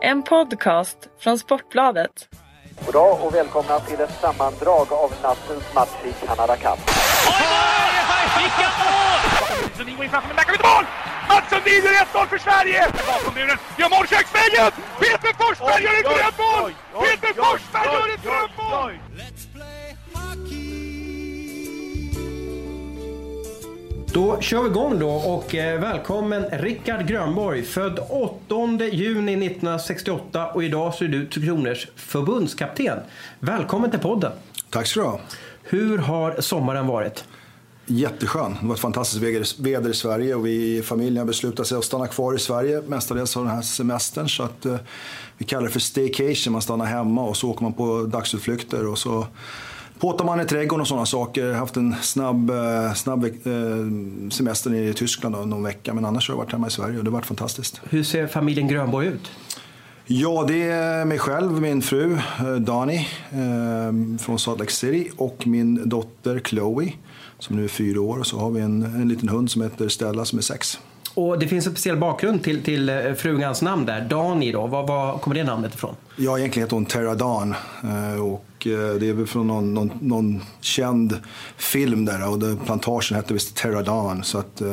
En podcast från Sportbladet. Goddag och välkomna till ett sammandrag av nattens match i Canada Cup. Vilka mål! Sundin går in framför, men där kan vi ta mål! Mats Sundin gör 1-0 för Sverige! Bakom muren, gör mål köksvägen! Peter Forsberg gör ett drömmål! Peter Forsberg gör ett drömmål! Då kör vi igång då och välkommen Rickard Grönborg, född 8 juni 1968 och idag så är du Tre Kronors förbundskapten. Välkommen till podden. Tack ska du ha. Hur har sommaren varit? Jätteskön. Det var ett fantastiskt väder i Sverige och vi i familjen beslutade sig att stanna kvar i Sverige mestadels av den här semestern, så att vi kallar det för staycation. Man stannar hemma och så åker man på dagsutflykter och så påtar man i trädgården och sådana saker. Jag har haft en snabb semester i Tyskland då, någon vecka, men annars har jag varit hemma i Sverige och det har varit fantastiskt. Hur ser familjen Grönborg ut? Ja, det är mig själv, min fru Dani från Salt Lake City och min dotter Chloe som nu är 4 år, och så har vi en liten hund som heter Stella som är 6. Och det finns en speciell bakgrund till frugans namn där, Dani då. Vad kommer det namnet ifrån? Ja, egentligen heter hon Terra Dawn och det är väl från någon känd film där, och plantagen hette visst Terra Dawn, så att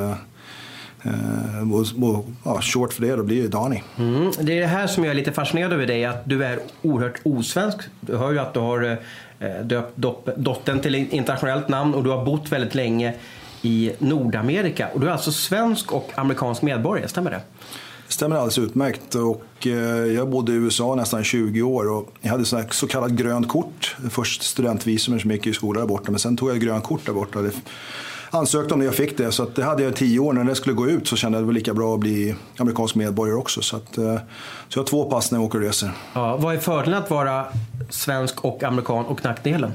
short för det då blir det Dani. Det är det här som jag är lite fascinerad över dig, att du är oerhört osvensk. Du hör ju att du har döpt dottern till internationellt namn och du har bott väldigt länge i Nordamerika. Och du är alltså svensk och amerikansk medborgare, stämmer det? Det stämmer alldeles utmärkt, och jag bodde i USA nästan 20 år och jag hade så kallat grönt kort. Först studentvisum som gick i skolan där borta, men sen tog jag grönt kort där borta. Ansökte om det, jag fick det, så att det hade jag 10 år. När det skulle gå ut så kände jag att det var lika bra att bli amerikansk medborgare också, så jag har 2 pass när jag åker och reser. Ja, vad är fördelen att vara svensk och amerikan och nackdelen?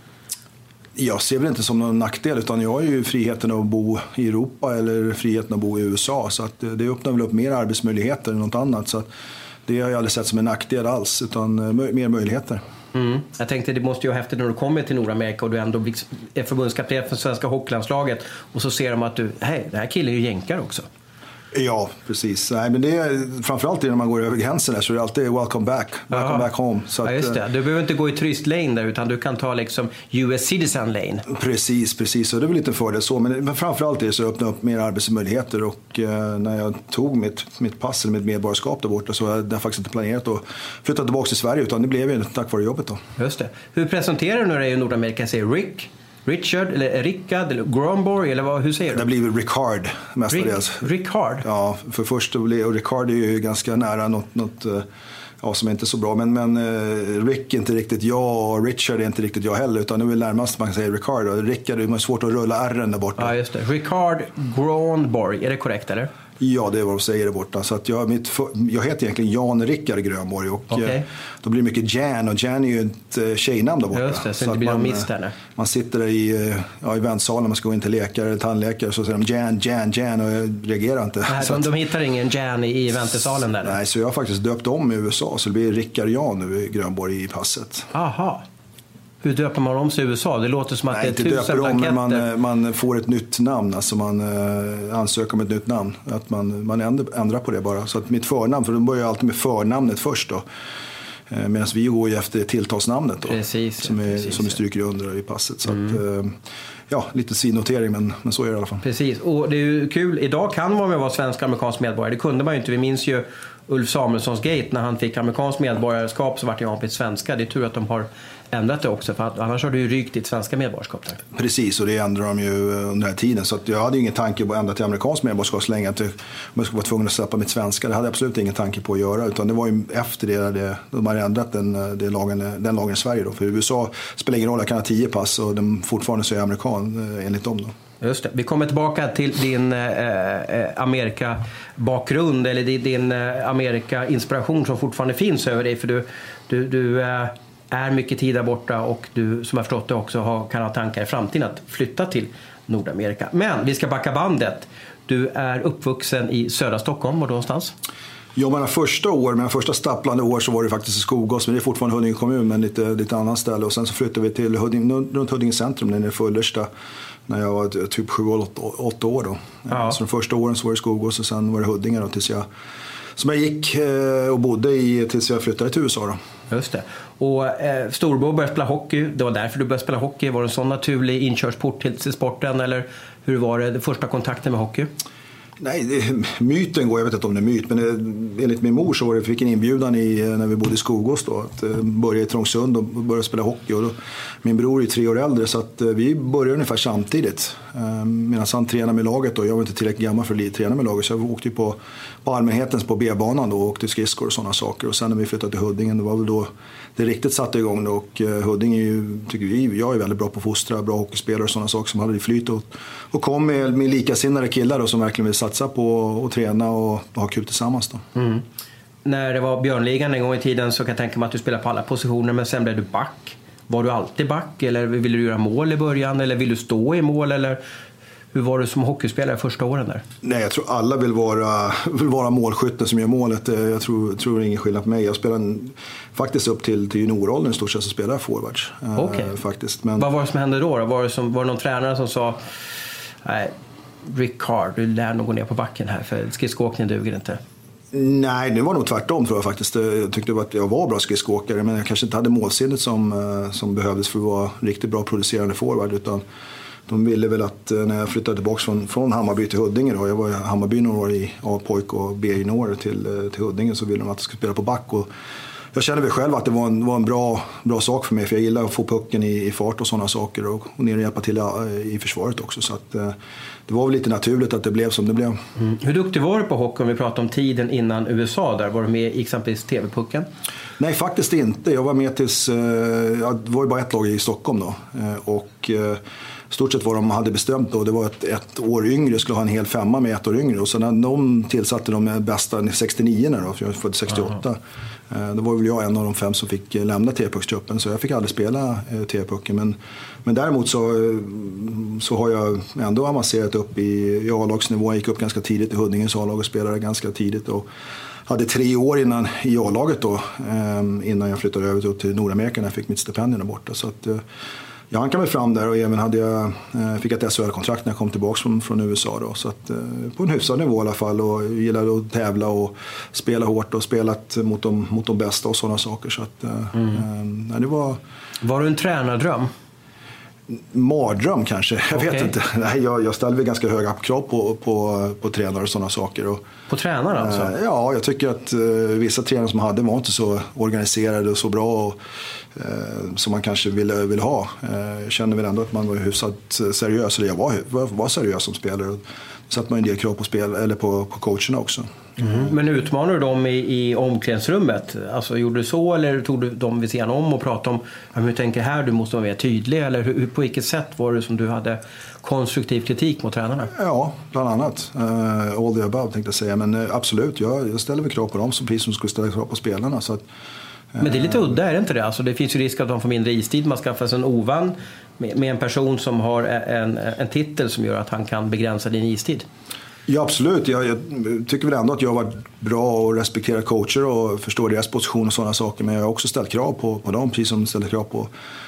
Jag ser väl inte som någon nackdel, utan jag har ju friheten att bo i Europa eller friheten att bo i USA, så att det öppnar väl upp mer arbetsmöjligheter än något annat, så att det har jag aldrig sett som en nackdel alls, utan mer möjligheter. Jag tänkte det måste ju ha häftigt när du kommer till Nordamerika och du ändå är förbundskapten för svenska hockeylandslaget och så ser de att den här killen är ju jänkare också. Ja, precis. Nej, men det är framförallt när man går över gränsen där, så är det alltid welcome back home. Så ja, just det. Du behöver inte gå i turist lane där, utan du kan ta liksom US citizen lane. Precis. Och det är väl lite fördel så, men framförallt är det så att öppna upp mer arbetsmöjligheter, och när jag tog mitt pass eller mitt medborgarskap där borta, så hade jag faktiskt inte planerat att flytta tillbaka till Sverige, utan det blev ju tack vare jobbet då. Just det. Hur presenterar du när du är i Nordamerika? Säger Richard eller Rickard eller Grönborg, eller hur säger du? Det blir Rickard mestadels. Rickard? Ja, för först och Rickard är ju ganska nära något som är inte så bra, men Rick är inte riktigt jag och Richard är inte riktigt jag heller, utan nu är närmast man kan säga Rickard, och Rickard är svårt att rulla R:en där borta. Ja, just det. Rickard Grönborg, är det korrekt eller? Ja, det är vad de säger där borta. Så att jag heter egentligen Jan Rickard Grönborg, och då blir det mycket Jan, och Jan är ju ett tjejnamn där borta. Just det, så det blir någon miss där. Man sitter där i väntsalen, man ska gå in till läkare eller tandläkare, så säger de Jan, och jag reagerar inte. Nej, de hittar ingen Jan i väntesalen där? Nej, så jag har faktiskt döpt om i USA, så det blir Rickard Jan nu i Grönborg i passet. Aha. Hur döper man om sig i USA? Det låter som att det är 1000 blanketter. Men man får ett nytt namn, alltså man ansöker om ett nytt namn. Att man ändrar på det bara. Så att mitt förnamn, för de börjar alltid med förnamnet först då. Medan vi går ju efter tilltalsnamnet då. Precis, som vi stryker under i passet. Så att, lite sidnotering, men så är det i alla fall. Precis, och det är ju kul. Idag kan man vara svensk-amerikansk medborgare. Det kunde man ju inte. Vi minns ju Ulf Samuelssons gate. När han fick amerikansk medborgarskap så vart han på svenska. Det är tur att de har ändrat det också, för att annars har du ju rykt ditt svenska medborgarskap där. Precis, och det ändrar de ju under den här tiden. Så att jag hade ingen tanke på att ändra till amerikansk medborgarskap så länge att jag skulle vara tvungen att släppa mitt svenska. Det hade jag absolut ingen tanke på att göra, utan det var ju efter det de har ändrat den lagen i Sverige då. För i USA spelar ingen roll, jag kan ha 10 pass och de fortfarande så är amerikan enligt dem då. Just det. Vi kommer tillbaka till din Amerika-bakgrund eller din Amerika-inspiration som fortfarande finns över dig, för du är mycket tid där borta och du, som jag förstått det, också kan ha tankar i framtiden att flytta till Nordamerika. Men vi ska backa bandet. Du är uppvuxen i södra Stockholm, var någonstans? Ja, mina första stapplande år så var det faktiskt i Skogås, men det är fortfarande Huddinge kommun, men lite annan ställe. Och sen så flyttade vi till runt Huddinge centrum, nere i Fullersta, när jag var typ 7-8 år då. Ja. Så de första åren så var det Skogås och sen var det Huddinge då, tills jag jag gick och bodde i tills jag flyttade till USA då. Just det. Och storbror började spela hockey. Det var därför du började spela hockey. Var det en sån naturlig inkörsport till sporten? Eller hur var det första kontakten med hockey? Nej, myten går, jag vet inte om det är myt, men enligt min mor så fick en inbjudan när vi bodde i Skogås då, att börja i Trångsund och börja spela hockey. Och då, min bror är 3 år äldre, så att vi började ungefär samtidigt. Medan han tränade med laget och jag var inte tillräckligt gammal för att träna med laget, så jag åkte på allmänhetens på B-banan då och åkte skridskor och sådana saker. Och sen när vi flyttade till Huddinge, det var väl då det riktigt satte igång då. Och Huddinge är ju, tycker jag är väldigt bra på att fostra, bra hockeyspelare och sådana saker som hade i flyt. Och kom med likasinnade killar då, som verkligen vill satsa på att träna och ha kul tillsammans då. Mm. När det var Björnligan en gång i tiden så kan jag tänka mig att du spelade på alla positioner, men sen blev du back. Var du alltid back eller ville du göra mål i början eller vill du stå i mål, eller hur var du som hockeyspelare första åren där? Nej, jag tror alla vill vara målskytten som gör målet. Jag tror det är ingen skillnad på mig. Jag spelade faktiskt upp till junioråldern i stort sett, så spelade jag forwards. Faktiskt. Men... Vad var det som hände då? Var det någon tränare som sa nej, Rickard, du lär nog gå ner på backen här för skridskoåkning duger inte? Nej, det var nog tvärtom tror jag faktiskt. Jag tyckte att jag var bra skridskoåkare, men jag kanske inte hade målsinnet som behövdes för att vara riktigt bra producerande forward, utan de ville väl att när jag flyttade tillbaka från Hammarby till Huddinge då, jag var i Hammarby några år i A-pojk och B-junior till Huddinge, så ville de att jag skulle spela på back, och jag kände väl själv att det var en bra sak för mig, för jag gillar att få pucken i fart och sådana saker, och ner och hjälpa till i försvaret också, så att det var väl lite naturligt att det blev som det blev. Mm. Hur duktig var du på hockey om vi pratar om tiden innan USA där? Var du med i exempelvis TV-pucken? Nej, faktiskt inte. Jag var med tills, det var ju bara ett lag i Stockholm då, och stort sett vad de hade bestämt då, det var ett år yngre skulle ha en hel 5 med 1 år yngre, och sen när de tillsatte de bästa 69 då, för jag födde 68. Då var väl jag en av de 5 som fick lämna TV-puckstruppen, så jag fick aldrig spela TV-pucken, men däremot så har jag ändå avancerat upp i A-lagsnivå. Jag gick upp ganska tidigt i Huddingens A-lag och spelade ganska tidigt, och hade 3 år innan i A-laget då, innan jag flyttade över till Nordamerika när jag fick mitt stipendium där borta, så att jag hankade mig fram där, och även fick ett SHL-kontrakt när jag kom tillbaka från USA då, så att på en hyfsad nivå i alla fall, och gillade att tävla och spela hårt och spelat mot de bästa och sådana saker, så att det var... Var du en tränardröm? Mardröm kanske, jag vet inte. Nej, jag ställde väl ganska höga krav på tränare och sådana saker. Och, på tränare alltså? Ja, jag tycker att vissa tränare som hade var inte så organiserade och så bra och, som man kanske ville ha. Jag kände väl ändå att man var hyfsat seriös, eller jag var seriös som spelare. Och satt man en del krav på spel eller på coacherna också. Mm. Men utmanade du dem i omklädningsrummet? Alltså gjorde du så, eller tog du dem vid sidan om och pratade om hur tänker här, du måste vara mer tydlig, eller på vilket sätt var det som du hade konstruktiv kritik mot tränarna? Ja, bland annat. All the above tänkte jag säga, men absolut, jag ställer väl krav på dem som precis som skulle ställa krav på spelarna, så att, men det är lite udda, är det inte det? Alltså det finns ju risk att de får mindre istid. Man skaffar sig en ovan med en person som har en titel som gör att han kan begränsa din istid. Ja, absolut. Jag tycker väl ändå att jag har varit bra och respekterat coacher och förstår deras position och sådana saker. Men jag har också ställt krav på dem, precis som ställer krav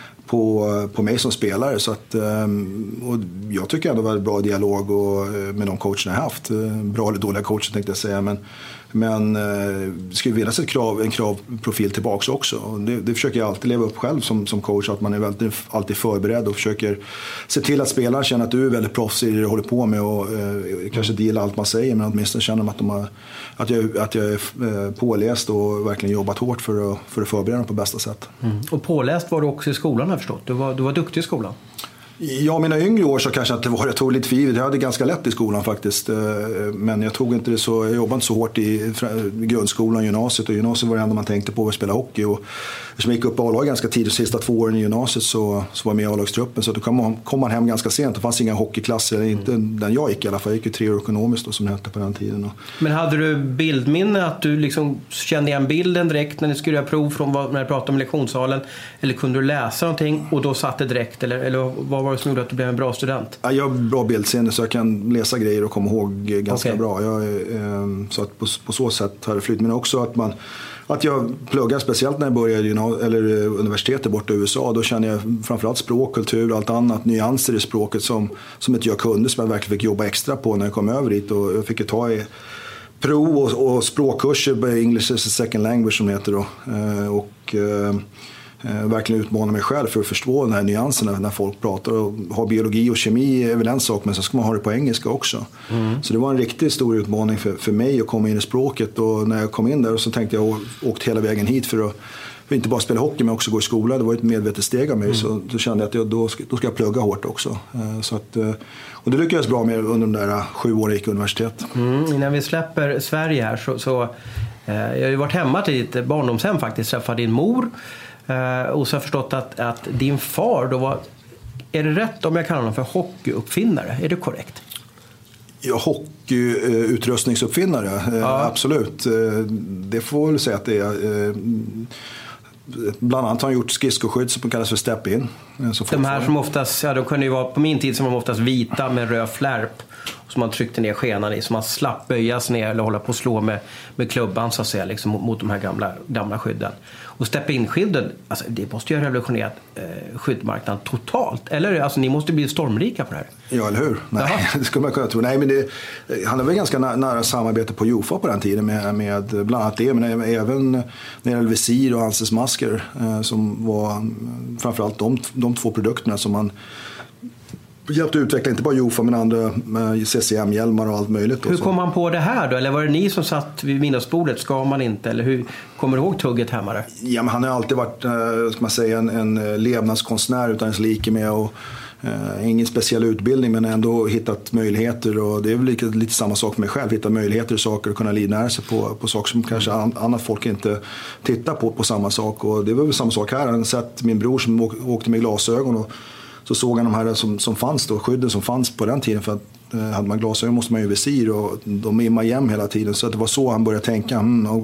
på mig som spelare. Så att, och jag tycker ändå det var en bra dialog med de coacherna jag haft. Bra eller dåliga coacher tänkte jag säga. Men det ska ju finnas en kravprofil tillbaka också. Och det försöker jag alltid leva upp själv som coach. Att man är alltid förberedd och försöker se till att spelarna känner att du är väldigt proffsig i det du håller på med. Och kanske inte gillar allt man säger, men åtminstone känner att jag är påläst och verkligen jobbat hårt för att förbereda dem på bästa sätt. Mm. Och påläst var du också i skolan, har jag förstått. Du var duktig i skolan. Ja, mina yngre år så kanske inte var. Jag tog lite för givet. Jag hade ganska lätt i skolan faktiskt. Men jag tog inte det så. Jag jobbade inte så hårt i grundskolan och gymnasiet. Och gymnasiet var det enda man tänkte på att spela hockey. Och eftersom jag gick upp i A-lag ganska tidigt, de sista 2 åren i gymnasiet så var jag med i A-lagstruppen. Så då kom man hem ganska sent. Det fanns inga hockeyklasser. Inte den jag gick i alla fall. Jag gick ju 3 år ekonomiskt då, som det hette på den tiden. Men hade du bildminne, att du liksom kände igen bilden direkt när ni skulle göra prov från när du pratade om lektionssalen? Eller kunde du läsa någonting och då satt det direkt? Eller vad var det som gjorde att du blev en bra student? Ja, jag har bra bildsinne så jag kan läsa grejer och komma ihåg ganska bra. Så att på så sätt har det flytt. Men också att jag pluggar, speciellt när jag började universitetet borta i USA. Då känner jag framförallt språk, kultur och allt annat, nyanser i språket som inte jag kunde, som jag verkligen fick jobba extra på när jag kom över dit. Och jag fick ta prov och språkkurser på English as a second language som det heter då. Och verkligen utmana mig själv för att förstå den här nyanserna när folk pratar. Och ha biologi och kemi är väl en sak, men så ska man ha det på engelska också. Så det var en riktigt stor utmaning för mig att komma in i språket. Och när jag kom in där så tänkte jag åkt hela vägen hit för att inte bara spela hockey men också gå i skola. Det var ett medvetet steg av mig, så då kände jag att då ska jag plugga hårt också. Så att, och det lyckades bra med under de där 7 åren jag gick universitet. Innan vi släpper Sverige här så jag har ju varit hemma till ditt barndomshem faktiskt, träffat din mor. Och så har jag förstått att din far då var, är det rätt om jag kallar honom för hockeyuppfinnare? Är det korrekt? Ja, hockeyutrustningsuppfinnare, absolut. Det får väl säga att det är. Bland annat har han gjort skridskoskydd som kallas för step-in. De här som oftast, de kunde ju vara, på min tid som var oftast vita med röd flärp som man tryckte ner skenan i, så man slapp böjas ner eller hålla på att slå med klubban så att säga, liksom, mot de här gamla skydden. Och step-in-skydden, alltså, det måste ju ha revolutionerat skyddmarknaden totalt. Eller alltså, ni måste bli stormrika på det här. Ja, eller hur? Nej, det skulle man kunna tro. Nej, men han hade väl ganska nära samarbete på Jofa på den tiden med bland annat det, men även när det gäller visir och ansesmasker som var framförallt de 2 produkterna som man hjälpte utveckla, inte bara Jofa men andra CCM-hjälmar och allt möjligt. Hur kom han på det här då? Eller var det ni som satt vid middagsbordet? Ska man inte? Eller hur kommer du ihåg tugget hemma där? Ja, men han har alltid varit ska man säga, en levnadskonstnär utan ens like med och ingen speciell utbildning men ändå hittat möjligheter, och det är väl lite samma sak med mig själv, hitta möjligheter och saker och kunna livnära sig på saker som kanske annat folk inte tittar på samma sak, och det var väl samma sak här. Han hade sett min bror som åkte med glasögon och så såg han de här som fanns då, skydden som fanns på den tiden, för att hade man glasögon måste man ju visir och de immade jäm hela tiden, så att det var så han började tänka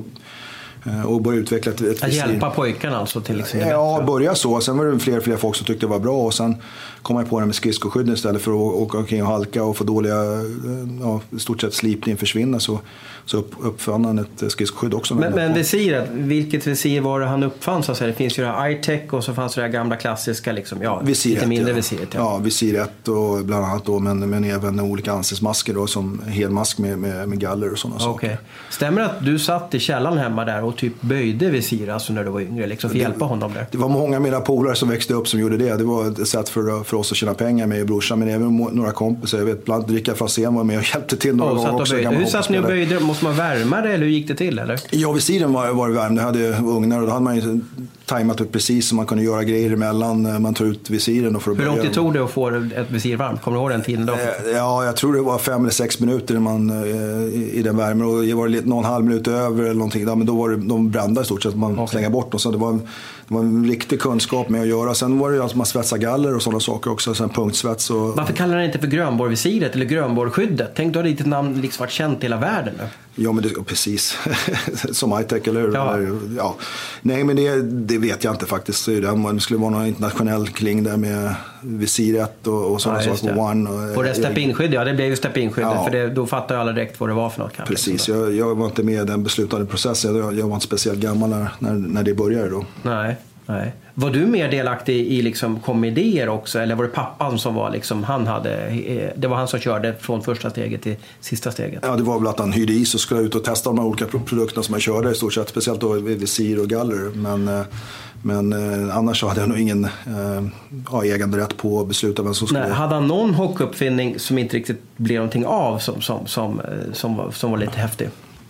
och började utveckla ett visir. Att hjälpa pojkarna alltså till liksom. Ja, börja så. Sen var det fler folk som tyckte det var bra, och sen kom jag på det med skridskoskydden istället för att åka omkring och halka och få dåliga, i stort sett slipningen försvinna, så uppfann han ett skridskoskydd också. Men visiret, vilket visir var det han uppfann så att säga? Det finns ju det här I-Tech och så fanns det gamla klassiska liksom, visiret, lite mindre visiret. Ja, visiret och bland annat då, men även olika ansesmasker då, som helmask med galler och sådana saker. Stämmer att du satt i källaren hemma där och typ böjde visir alltså när du var yngre liksom, för att hjälpa honom där? Det var många av mina polare som växte upp som gjorde det. Det var ett sätt för oss att tjäna pengar med brorsan, men även några kompisar. Jag vet, bland Rickard Franzén var med och hjälpte till några gånger också. Hur satt ni och böjde? Måste man värma det eller hur gick det till? Eller? Ja, visiren var värm. Det hade ugnar och då hade man ju tajmat upp precis så man kunde göra grejer emellan. Man tar ut visiren. Och hur långt det tog det att få ett visir varmt? Kommer du ihåg den tiden då? Ja, jag tror det var 5 eller 6 minuter i den värmen, och det var någon halv minut över eller någonting. Men då var de brända i stort sett, man slänger bort dem. Så det var en riktig kunskap med att göra. Sen var det ju att man svetsar galler och sådana saker också. Sen punktsvets och... Varför kallar det inte för grönborrvisiret eller grönborrskyddet? Tänk, då hade ditt namn liksom varit känt i hela världen nu. Ja, men precis. Som I-Tech, eller hur? Ja. Nej, men det vet jag inte faktiskt. Det skulle vara någon internationell kling där med visiret och sådana saker. Och det step-in-skydd, det blev ju step-in-skyddet. För då fattar ju alla direkt vad det var för något. Kanske. Precis, jag var inte med i den beslutade processen. Jag var inte speciellt gammal när det började då. Nej. Var du mer delaktig i liksom komedier också, eller var det pappan som var liksom, det var han som körde från första steget till sista steget? Ja, det var väl att han hyrde is och skulle ut och testa de här olika produkterna som han körde i stort sett, speciellt då visir och galler, men annars så hade jag nog ingen egen rätt på att besluta vem som skulle. Nej, hade han någon hockuppfinning som inte riktigt blev någonting av som var lite häftig?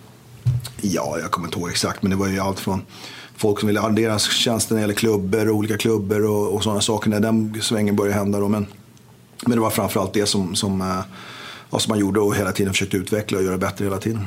Ja, jag kommer inte ihåg exakt, men det var ju allt från folk som ville ha deras tjänster när det gäller klubbar och olika klubbar och sådana saker när den svängen började hända då. Men det var framförallt det som man gjorde och hela tiden försökte utveckla och göra bättre hela tiden.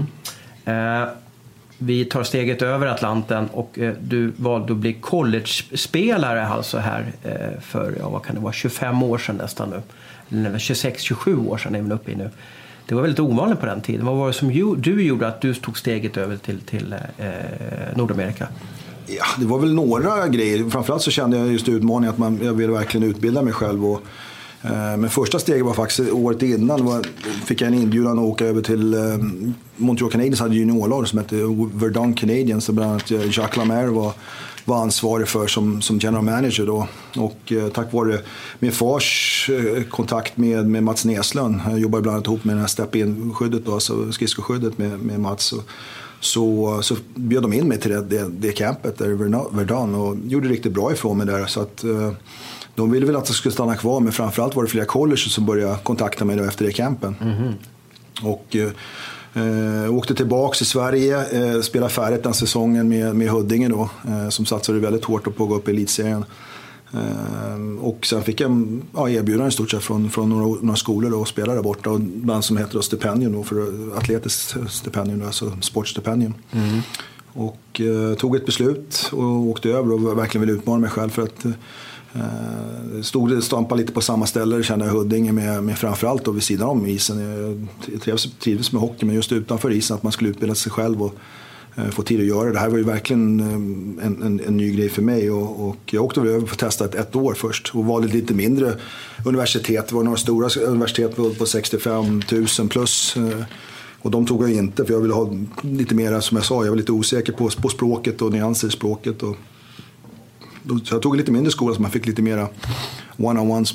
Vi tar steget över Atlanten och du valde att bli college-spelare alltså här för, vad kan det vara, 25 år sedan nästan nu. Eller 26-27 år sedan är vi uppe i nu. Det var väldigt ovanligt på den tiden. Vad var det som du gjorde att du tog steget över till Nordamerika? Ja, det var väl några grejer. Framförallt så kände jag just utmaningen att jag ville verkligen utbilda mig själv och Men första steget var faktiskt året innan. Fick jag en inbjudan att åka över till Montreal Canadiens, hade juniorlag som hette Verdun Canadiens. Så bland annat Jacques Lemaire var ansvarig för som general manager då. Och tack vare min fars kontakt med Mats Näslund, jag jobbar bland annat ihop med den här step-in-skyddet då, alltså skridskoskyddet med Mats. Så bjöd de in mig till det campet där i Verdun och gjorde riktigt bra ifrån mig där. Så att de ville väl att jag skulle stanna kvar, men framförallt var det flera colleges som började kontakta mig då efter det campen. Och åkte tillbaka till Sverige, spelade färdigt den säsongen med Huddinge då, som satsade väldigt hårt på att gå upp i elitserien. Och sen fick jag erbjudande i stort sett från några skolor då, och spelade där borta, och bland som heter då stipendium då, för atletiskt stipendium, alltså sportstipendium. Och tog ett beslut och åkte över och verkligen ville utmana mig själv, för att stampa lite på samma ställe, kände jag Huddinge med framförallt då vid sidan om isen. Jag trivdes med hockey, men just utanför isen, att man skulle utbilda sig själv och få tid att göra. Det här var ju verkligen en ny grej för mig, och jag åkte över för att testa ett år först och valde lite mindre universitet. Det var några stora universitet på 65 000 plus, och de tog jag inte, för jag ville ha lite mer, som jag sa, jag var lite osäker på språket och nyanser i språket, och så jag tog lite mindre skola så man fick lite mera one-on-ones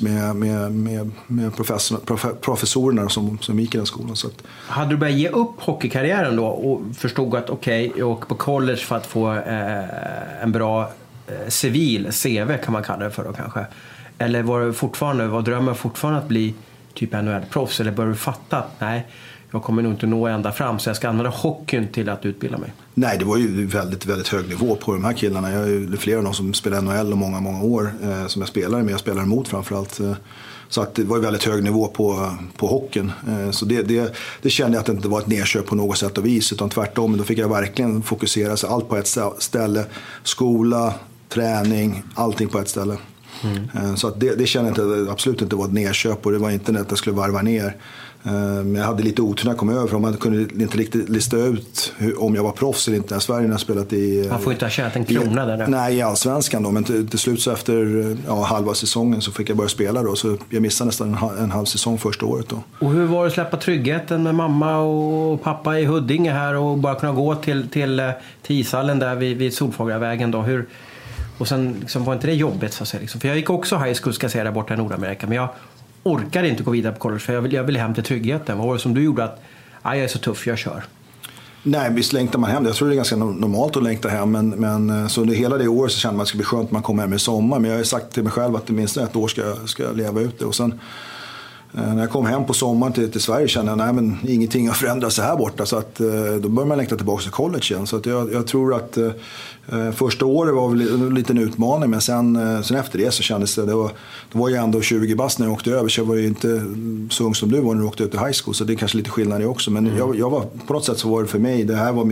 med professorerna som gick i den skolan. Så att... Hade du börjat ge upp hockeykarriären då och förstod att jag åker på college för att få en bra civil CV, kan man kalla det för då kanske? Eller var drömmen fortfarande att bli typ NHL-proffs, eller började du fatta att nej, jag kommer nog inte nå ända fram, så jag ska använda hockeyn till att utbilda mig? Nej, det var ju väldigt, väldigt hög nivå på de här killarna. Det är flera av dem som spelar NHL och många, många år som jag spelade med. Jag spelar emot framförallt. Så att det var ju väldigt hög nivå på hockeyn. Så det kände jag att det inte var ett nedköp på något sätt och vis, utan tvärtom. Då fick jag verkligen fokusera sig allt på ett ställe. Skola, träning, allting på ett ställe. Så att det kände jag absolut inte var ett nedköp, och det var inte att jag skulle varva ner. Men jag hade lite otur när jag kom över, för man kunde inte riktigt lista ut om jag var proffs eller inte. När Sverige har spelat i... Man får inte ha tjänat en krona där. Nej, i Allsvenskan då. Men till slut så efter halva säsongen så fick jag börja spela då. Så jag missade nästan en halv säsong första året då. Och hur var det att släppa tryggheten med mamma och pappa i Huddinge här och bara kunna gå till ishallen där vid Solfågelvägen då? Och sen liksom, var inte det jobbigt så att säga, liksom? För jag gick också high school, ska jag säga, där borta i Nordamerika, men jag orkade inte gå vidare på college, för jag ville hem till tryggheten. Vad var det som du gjorde att jag är så tuff, jag kör? Nej, visst längtar man hem. Jag tror det är ganska normalt att längta hem, men så hela det året så kände man att det skulle bli skönt att man kommer hem i sommar. Men jag har sagt till mig själv att minst ett år ska jag leva ut det. Och sen när jag kom hem på sommaren till Sverige kände jag att ingenting har förändrats så här borta. Så att då börjar man längta tillbaka till college igen. Så att jag tror att första året var väl en liten utmaning, men sen efter det så kändes det var ju ändå 20 bast när jag åkte över, så jag var ju inte så ung som du var när du åkte ut till high school, så det är kanske lite skillnad det också. Men jag var, på något sätt så var det för mig, det här var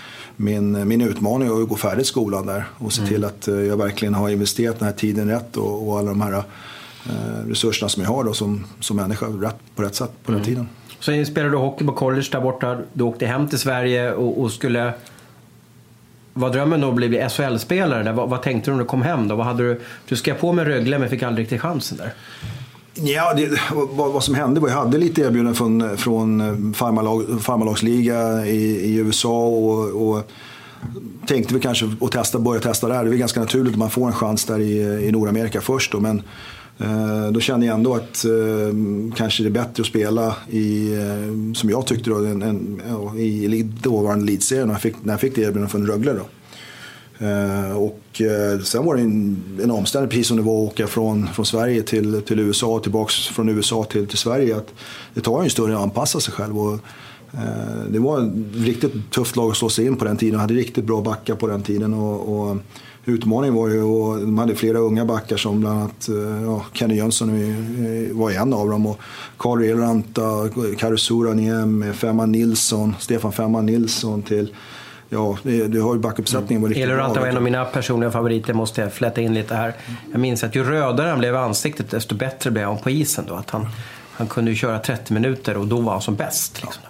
min utmaning att gå färdigt skolan där och se till att jag verkligen har investerat den här tiden rätt och alla de här resurserna som jag har då som människa på rätt sätt på den tiden. Så spelade du hockey på college där borta, du åkte hem till Sverige och skulle... Var drömmen då att bli SHL-spelare? Vad tänkte du när du kom hem då? Vad hade du skrev på med Rögle, men fick aldrig riktigt chansen där? Ja, vad som hände var jag hade lite erbjudanden från farmarlagsliga i USA och tänkte vi kanske att börja testa där. Det är ganska naturligt att man får en chans där i Nordamerika först då, men då kände jag ändå att kanske det är bättre att spela som jag tyckte då, i dåvarande elitserien när jag fick det erbjudande från Rögle då. Och sen var det en omställning, precis som det var att åka från Sverige till USA, tillbaks från USA till Sverige, att det tar en större att anpassa sig själv, och det var ett riktigt tufft lag att slå sig in på den tiden. De hade riktigt bra backar på den tiden, och utmaningen var ju, och de hade flera unga backar som bland annat Kenny Jönsson var en av dem, och Karl Elranta, Kari Suraniem, Stefan Femman Nilsson till... Ja, du har ju backuppsättningen var riktigt bra. Elranta var en av mina personliga favoriter, måste jag flätta in lite här. Jag minns att ju rödare han blev ansiktet, desto bättre blev han på isen då. Att han kunde ju köra 30 minuter och då var han som bäst. Liksom.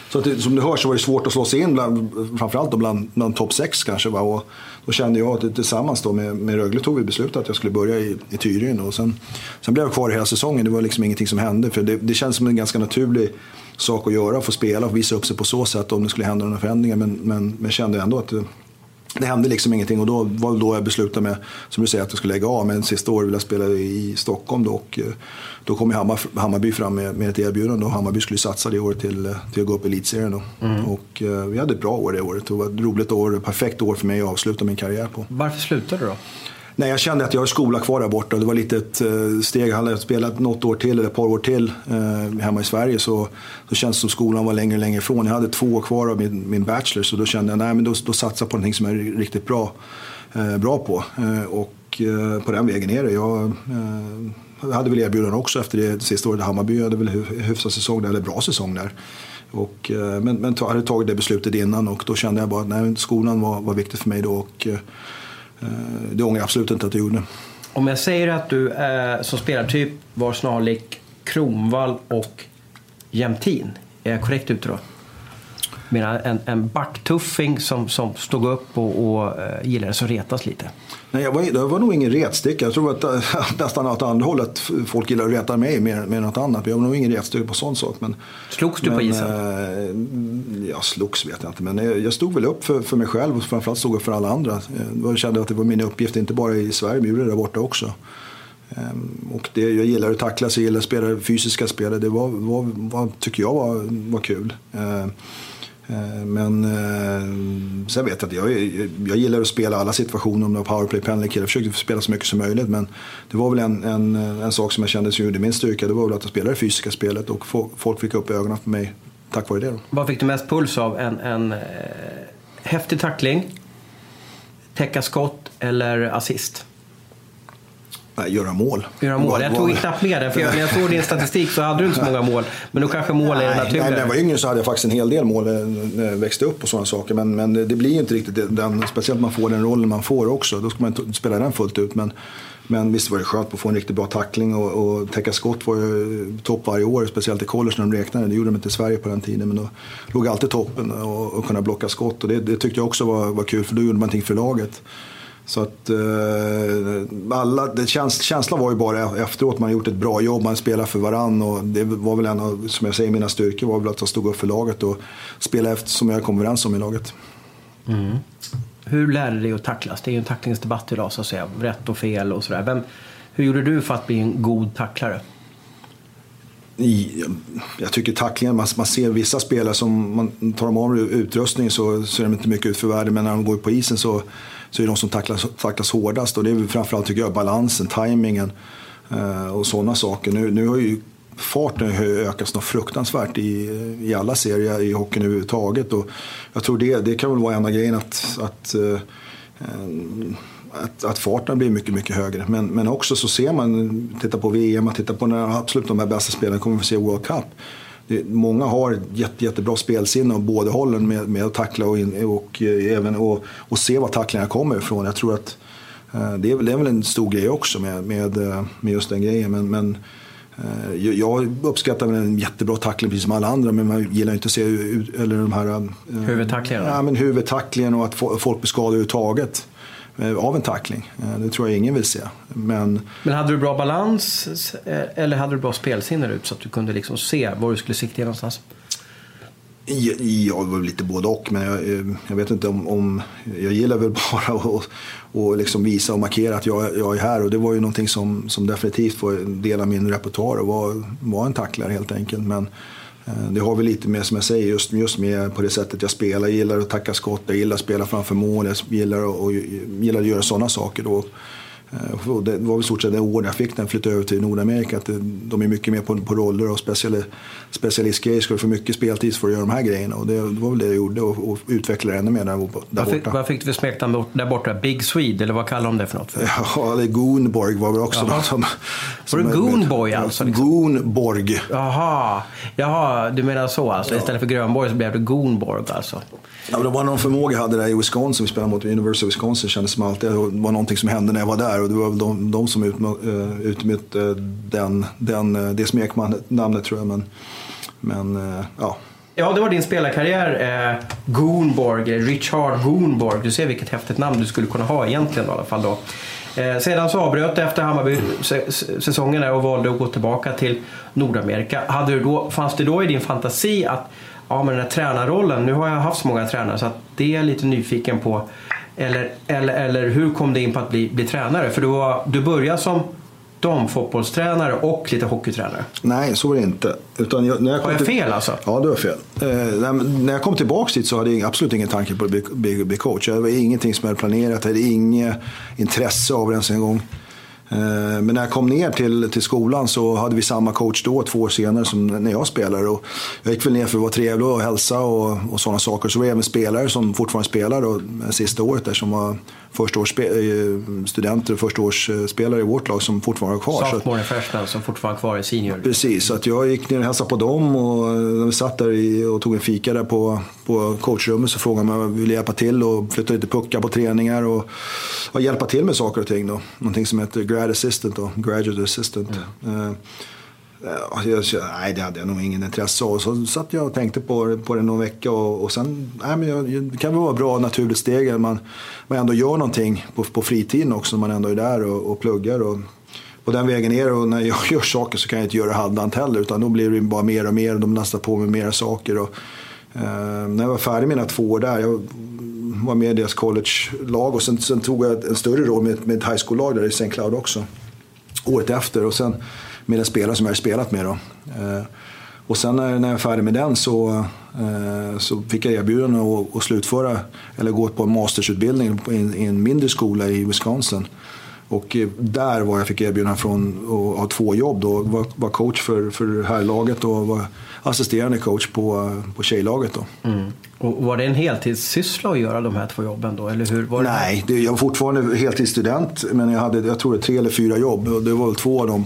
Så att som du hör så var det svårt att slå sig in framförallt bland topp 6 kanske. Va? Och då kände jag att tillsammans då med Rögle tog vi beslutet att jag skulle börja i Tyresö. Och sen blev jag kvar hela säsongen. Det var liksom ingenting som hände. För det känns som en ganska naturlig sak att göra. Få spela och visa upp sig på så sätt om det skulle hända några förändringar. Men kände ändå att det hände liksom ingenting. Och då var då jag beslutade med, som du säger, att jag skulle lägga av. Men sista året ville jag spela i Stockholm då. Och då kom Hammarby fram med ett erbjudande. Och Hammarby skulle satsa det året till att gå upp i elitserien då. Och vi hade ett bra år det året. Det var ett roligt år, ett perfekt år för mig att avsluta min karriär på. Varför slutade du då? Nej, jag kände att jag har skola kvar där borta. Det var lite ett steg. Jag hade spelat något år till eller ett par år till hemma i Sverige. Så känns det som skolan var längre ifrån. Jag hade 2 år kvar av min bachelor. Så då kände jag, nej men då satsar jag på någonting som jag är riktigt bra på. Och på den vägen är det. Jag hade väl erbjudanden också efter det sista året i Hammarby. Jag hade väl hyfsad säsong där, eller bra säsong där. Och, men hade tagit det beslutet innan. Och då kände jag bara att nej, skolan var viktigt för mig då. Och det ångrar jag absolut inte att jag gjorde. Om jag säger att du som spelartyp var snarlik Kronwall och Jämtin, är jag korrekt ute då? Menar en backtuffing som stod upp och gillade så retas lite. Nej, jag var nog ingen retstick. Jag tror att nästan åt andra hållet folk gillar att reta mig mer något annat. Jag var nog ingen retstick på sån sak. Slogs du på isen? Jag slogs vet jag inte. Men jag stod väl upp för mig själv och framförallt stod upp för alla andra. Jag kände att det var min uppgift, inte bara i Sverige, men jag gjorde det där borta också. Och jag gillar att tackla, så jag gillar att spela fysiska spel. Det tycker jag var kul. Men sen vet jag att jag gillar att spela alla situationer, om det var powerplay, penalty kill. Jag försökte spela så mycket som möjligt, men det var väl en sak som jag kände som gjorde min styrka. Det var väl att jag spelade det fysiska spelet och folk fick upp ögonen för mig tack vare det då. Vad fick du mest puls av? En häftig tackling, täcka skott eller assist? Nej, göra mål. Jag tog knappt med det, för när jag såg din statistik så hade du inte så många mål. Men då kanske mål är det naturliga. Nej, när jag var yngre så hade jag faktiskt en hel del mål när jag växte upp och sådana saker. Men det blir inte riktigt speciellt man får den rollen man får också. Då ska man spela den fullt ut. Men visst var det skönt att få en riktigt bra tackling och täcka skott var ju topp varje år. Speciellt i college när de räknade. Det gjorde de inte i Sverie på den tiden. Men då låg alltid toppen och kunna blocka skott. Och det tyckte jag också var kul, för då gjorde man någonting för laget. Så att känslan var ju bara efteråt man gjort ett bra jobb, man spelar för varann, och det var väl en av, som jag säger, mina styrkor var väl att jag stod upp för laget och spela efter som jag kom överens om i laget. Hur lärde du dig att tacklas? Det är ju en tacklingsdebatt idag, så att säga, rätt och fel och sådär. Hur gjorde du för att bli en god tacklare? Jag tycker tacklingen, man ser vissa spelare som man tar dem av utrustning så är de inte mycket ut för värde, men när de går på isen så är det de som tacklas hårdast, och det är framförallt tycker jag balansen, tajmingen och sådana saker. Nu har ju farten ökat något fruktansvärt i alla serier i hockeyn överhuvudtaget, och jag tror det kan väl vara en av grejerna att farten blir mycket, mycket högre. Men också så ser man, titta på VM, man tittar på när absolut de här bästa spelarna kommer vi se World Cup. Många har jättebra spelsinne och båda hållen med att tackla och även och se var tacklingarna kommer ifrån. Jag tror att det är väl en stor grej också med just den grejen. Men jag uppskattar väl en jättebra tackling precis som alla andra, men man gillar inte att se eller de här huvudtacklingarna. Ja, men huvudtacklingen och att folk blir skadade överhuvudtaget av en tackling. Det tror jag ingen vill se. Men hade du bra balans eller hade du bra spelsinne ut så att du kunde liksom se var du skulle sikta någonstans? Jag var lite både och, men jag vet inte om jag gillar väl bara att liksom visa och markera att jag är här, och det var ju någonting som definitivt var en del av min repertoar och var en tacklare helt enkelt. Men det har väl lite med, som jag säger, just med på det sättet jag spelar. Jag gillar att tacka skott, jag gillar att spela framför mål, jag gillar att göra sådana saker då. Det var väl stort sett det år jag fick den flytta över till Nordamerika, att de är mycket mer på roller och specialistgrejer, ska du få mycket speltid för att göra de här grejerna, och det var väl det jag gjorde och utvecklade ännu mer där borta. Vad fick du för smeknamn där borta? Big Swede, eller vad kallar de det för något? Ja, det är Goonborg var väl också något som var det Goonboy alltså? Liksom? Goonborg. Jaha, du menar så alltså? Ja. Istället för Grönborg så blev det Goonborg alltså? Ja, det var någon förmåga jag hade där i Wisconsin. Vi spelade mot University of Wisconsin, kändes som alltid. Det var någonting som hände när jag var där, och det var väl de som utmött det smeknamnet tror jag. Men ja. Ja, det var din spelarkarriär. Goonborg, Richard Goonborg. Du ser vilket häftigt namn du skulle kunna ha egentligen i alla fall då. Sedan så avbröt efter Hammarby-säsongen och valde att gå tillbaka till Nordamerika. Fanns det då i din fantasi att men den här tränarrollen, nu har jag haft så många tränare så att det är jag lite nyfiken på. Eller hur kom det in på att bli tränare? För du började som damfotbollstränare och lite hockeytränare. Nej, så var det inte. Utan har jag fel alltså? Ja, du har fel. När jag kom tillbaka dit så hade jag absolut ingen tanke på att bli coach. Det var ingenting som jag hade planerat. Jag hade inget intresse av det ens en gång. Men när jag kom ner till skolan så hade vi samma coach då 2 år senare som när jag spelade. Och jag gick väl ner för att vara trevlig och hälsa och sådana saker. Så var jag även spelare som fortfarande spelar då, sista året där, som var förstaårsstudenter och förstaårsspelare i vårt lag som fortfarande var kvar. Sophomore freshman som fortfarande kvar i senior. Precis, så att jag gick ner och hälsade på dem och när vi satt där och tog en fika där på coachrummet så frågade man om jag ville hjälpa till och flytta lite puckar på träningar och hjälpa till med saker och ting då. Någonting som heter grad assistant och graduate assistant. Nej, det hade jag nog ingen intresse av. Så satt jag och tänkte på det någon vecka och sen, det kan väl vara bra naturligt steg. Man ändå gör någonting på fritiden också. Man ändå är där och pluggar och på den vägen ner. Och när jag gör saker så kan jag inte göra halvdant heller, utan då blir det bara mer och mer och de lastar på med mer saker. Och, när jag var färdig med mina 2 år där, jag var med i deras college-lag och sen tog jag en större roll med ett high school-lag där i St. Cloud också. Året efter och sen med en spelare som jag hade spelat med då. Och sen när jag var färdig med den så fick jag erbjudande att slutföra eller gå på en mastersutbildning i en mindre skola i Wisconsin. Och där var jag fick erbjudande från att ha 2 jobb då. Var coach för herrlaget och var assisterande coach på tjejlaget då. Mm. Och var det en heltidssyssla att göra de här 2 jobben då? Eller hur var det? Nej, jag var fortfarande heltidsstudent, men jag tror det 3 eller 4 jobb. Och det var väl 2 av de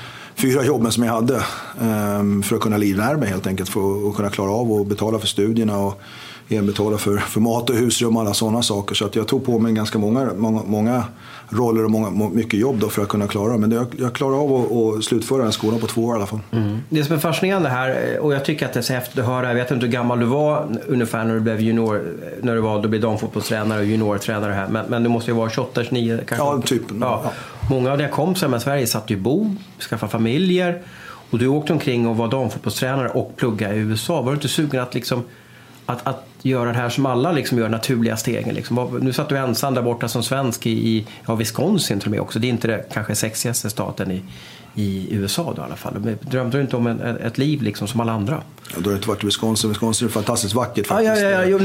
4 jobben som jag hade för att kunna livnära mig helt enkelt, för att kunna klara av och betala för studierna och betala för mat och husrum och alla sådana saker. Så att jag tog på mig ganska många roller och mycket jobb då för att kunna klara. Men jag klarade av att slutföra en skola på 2 år i alla fall. Mm. Det som är fascinerande här, och jag tycker att det är så häftigt att höra, jag vet inte hur gammal du var ungefär när du blev junior, när du valde att bli damfotbollstränare och juniortränare här, men du måste ju vara 28, 29 kanske. Ja, typ. Ja. Många av de kompisar med Sverige satt ju bo, skaffa familjer, och du åkte omkring och var damfotbollstränare och plugga i USA. Var du inte sugen att liksom att göra det här som alla liksom gör, naturliga stegen liksom? Nu satt du ensam där borta som svensk i Wisconsin till och med också. Det är inte det kanske sexigaste staten i USA då i alla fall. Drömde du inte om ett liv liksom som alla andra? Ja, då har jag inte varit i Wisconsin. Wisconsin är fantastiskt vackert faktiskt.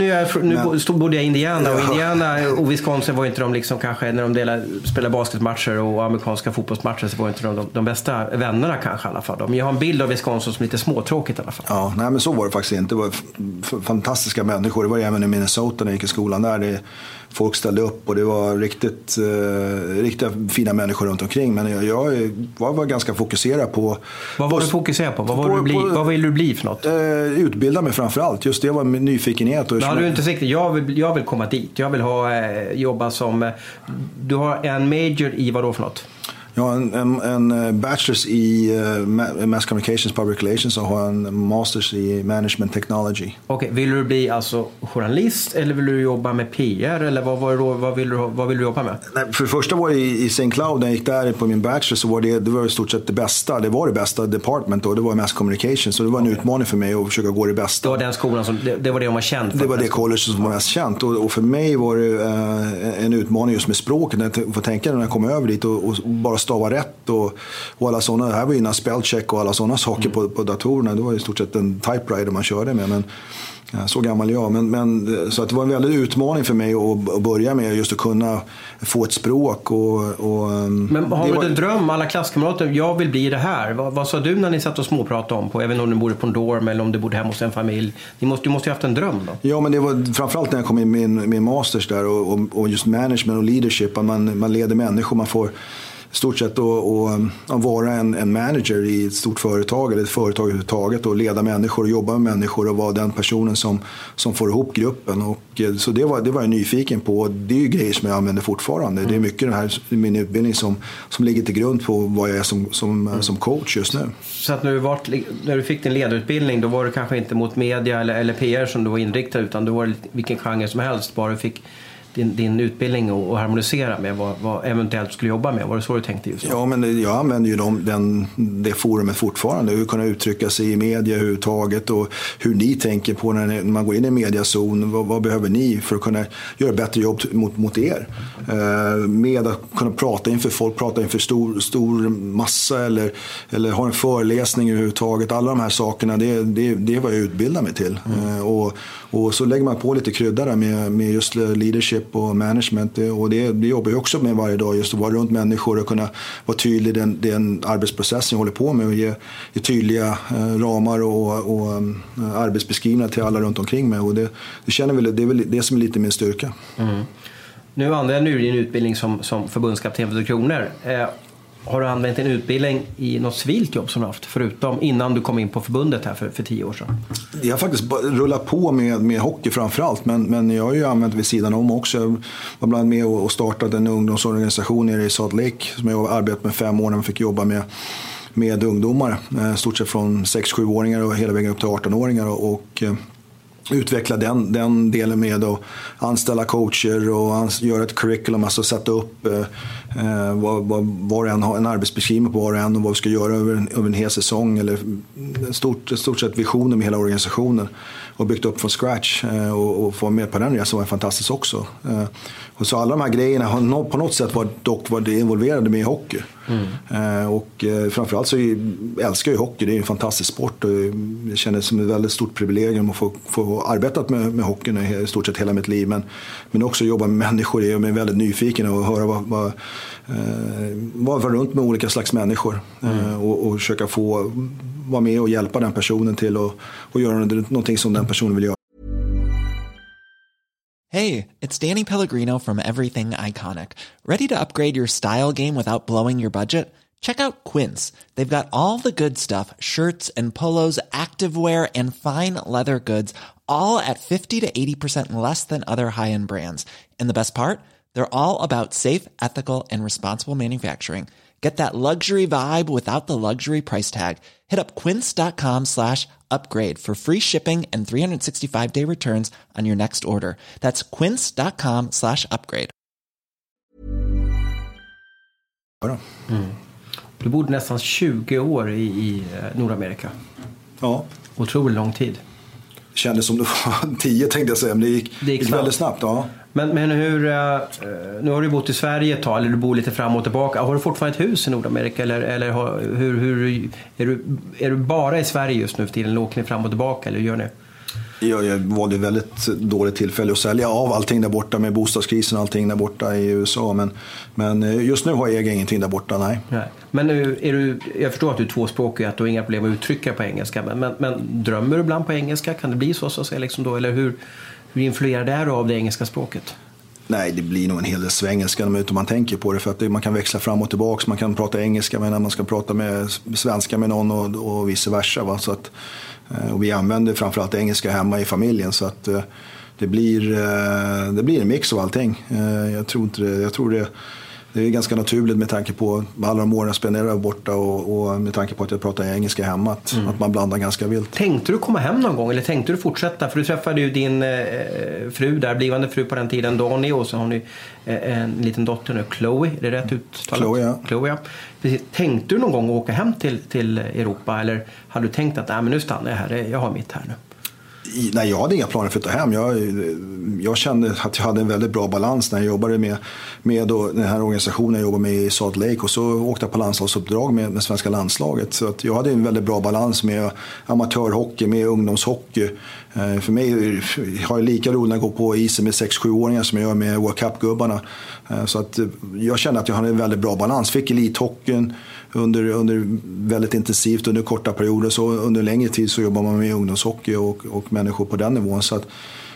Nu bodde jag i Indiana, och Indiana och Wisconsin var inte de liksom kanske, när de spelade basketmatcher och amerikanska fotbollsmatcher, så var inte de bästa vännerna kanske i alla fall. Men jag har en bild av Wisconsin som lite småtråkigt i alla fall. Ja, nej, men så var det faktiskt inte. Det var fantastiska människor. Det var även i Minnesota när jag gick i skolan där. Folk ställde upp och det var riktigt fina människor runt omkring. Men jag var ganska fokuserad på... Vad var du fokuserad på? Vad vill du bli för något? Utbilda mig framförallt. Just det var min nyfikenhet. Men har du inte sagt, jag vill komma dit. Jag vill jobba som... Du har en major i vad då för något? Jag har en bachelors i Mass Communications Public Relations och har en masters i Management Technology. Okej, vill du bli alltså journalist eller vill du jobba med PR eller vad vill du jobba med? Nej, för det första var det i St. Cloud, när jag gick där på min bachelor, så var det var i stort sett det bästa. Det var det bästa department då, det var Mass Communications, så det var en utmaning för mig att försöka gå det bästa. Det var den skolan som, det var det de var känt för? Det var det college som var mest känt, och för mig var det en utmaning just med språket. Jag får tänka när jag kom över dit och bara stava rätt och alla sådana, det här var ju innan spellcheck och alla sådana saker på datorerna. Det var i stort sett en typewriter man körde med, men så gammal jag. Men så att det var en väldigt utmaning för mig att börja med, just att kunna få ett språk. Men har du en dröm, alla klasskamrater, jag vill bli det här? Vad sa du när ni satt och småpratade om, även om du bodde på en dorm eller om du bodde hemma hos en familj? Du måste ju haft en dröm då? Ja, men det var framförallt när jag kom in med min masters där och just management och leadership, att man leder människor, man får stort sett att vara en manager i ett stort företag eller ett företag överhuvudtaget och leda människor och jobba med människor och vara den personen som får ihop gruppen. Och så det var jag nyfiken på. Det är ju grejer som jag använder fortfarande. Det är mycket den här min utbildning som ligger till grund på vad jag är som coach just nu. Så att när du fick din ledarutbildning, då var det kanske inte mot media eller PR som du var inriktad, utan då var det vilken genre som helst, bara du fick din utbildning och harmonisera med vad eventuellt skulle jobba med. Var det så du tänkte just då? Ja, men jag använder ju det forumet fortfarande. Hur kunna uttrycka sig i media överhuvudtaget och hur ni tänker på när man går in i mediazon. Vad behöver ni för att kunna göra bättre jobb mot er? Med att kunna prata inför folk, prata inför stor massa eller ha en föreläsning överhuvudtaget. Alla de här sakerna, det är vad jag utbildar mig till. Och så lägger man på lite krydda där med just leadership och management, och det jobbar jag också med varje dag, just att vara runt människor och kunna vara tydlig i den arbetsprocessen jag håller på med och ge tydliga ramar och arbetsbeskrivningar till alla runt omkring mig, och det känner väl, det är väl det som är lite min styrka. Nu använder du din utbildning som förbundskapten för Kronor. Har du använt din utbildning i något civilt jobb som du haft, förutom innan du kom in på förbundet här för 10 år sedan? Jag har faktiskt rullat på med hockey framförallt, men jag har ju använt vid sidan om också. Jag var bland med och startat en ungdomsorganisation nere i Salt Lake som jag har arbetat med 5 år när jag fick jobba med ungdomar. Stort sett från 6-7-åringar och hela vägen upp till 18-åringar och utveckla den delen med att anställa coacher och göra ett curriculum, alltså sätta upp var en har en arbetsbeskrivning på var en och vad vi ska göra över en hel säsong, eller stort sett visionen med hela organisationen, och byggt upp från scratch och få med på den resan var fantastiskt också. Och så alla de här grejerna har på något sätt varit involverade med hockey. Och framförallt så älskar jag hockey. Det är en fantastisk sport och det känns som ett väldigt stort privilegium att få arbetat med hockeyn i stort sett hela mitt liv, men också jobba med människor. Jag är väldigt nyfiken och höra vad runt med olika slags människor och försöka få vara med och hjälpa den personen till och göra någonting som den personen vill göra. Hey, it's Danny Pellegrino from Everything Iconic. Ready to upgrade your style game without blowing your budget? Check out Quince. They've got all the good stuff, shirts and polos, activewear and fine leather goods, all at 50 to 80% less than other high-end brands. And the best part? They're all about safe, ethical and responsible manufacturing. Get that luxury vibe without the luxury price tag. Hit up quince.com/upgrade for free shipping and 365-day returns on your next order. That's quince.com/upgrade. Du bodde nästan 20 år i Nordamerika. Ja. Otroligt lång tid. Det kändes som det var 10 tänkte jag säga, men det gick väldigt snabbt. Ja. Men hur, nu har du bott i Sverige ett tag, eller du bor lite fram och tillbaka. Har du fortfarande ett hus i Nordamerika, eller är du bara i Sverige just nu för tiden, eller åker ni fram och tillbaka, eller gör ni? Jag valde ett väldigt dåligt tillfälle att sälja av allting där borta med bostadskrisen och allting där borta i USA. Men just nu har jag ingenting där borta, nej. Men nu jag förstår att du är tvåspråkig, att du har inga problem att uttrycka på engelska. Men drömmer du ibland på engelska? Kan det bli så att säga liksom då? Eller hur influerar det av det engelska språket? Nej, det blir nog en hel del svengelska om man tänker på det. För att man kan växla fram och tillbaka. Man kan prata engelska när man ska prata med svenska med någon och vice versa. Va? Så att, och vi använder framförallt engelska hemma i familjen. Så att det blir en mix av allting. Jag tror det är ganska naturligt med tanke på alla de åren jag spenderar borta och med tanke på att jag pratar engelska hemma att man blandar ganska vilt. Tänkte du komma hem någon gång eller tänkte du fortsätta? För du träffade ju din fru där, blivande fru på den tiden, Donny, och så har ni en liten dotter nu, Chloe, är det rätt uttalat? Chloe, ja. Precis. Tänkte du någon gång att åka hem till Europa, eller hade du tänkt att nu stannar jag här, jag har mitt här nu? Nej, jag hade inga planer för att ta hem. Jag kände att jag hade en väldigt bra balans när jag jobbade med den här organisationen jag jobbade med i Salt Lake, och så åkte jag på landslagsuppdrag med svenska landslaget. Så att jag hade en väldigt bra balans med amatörhockey, med ungdomshockey. För mig har jag lika roligt att gå på isen med 6-7-åringar som jag gör med World Cup-gubbarna. Så att jag kände att jag hade en väldigt bra balans. Fick elithockeyn under väldigt intensivt under korta perioder, så under längre tid så jobbar man med ungdomshockey och människor på den nivån. Så att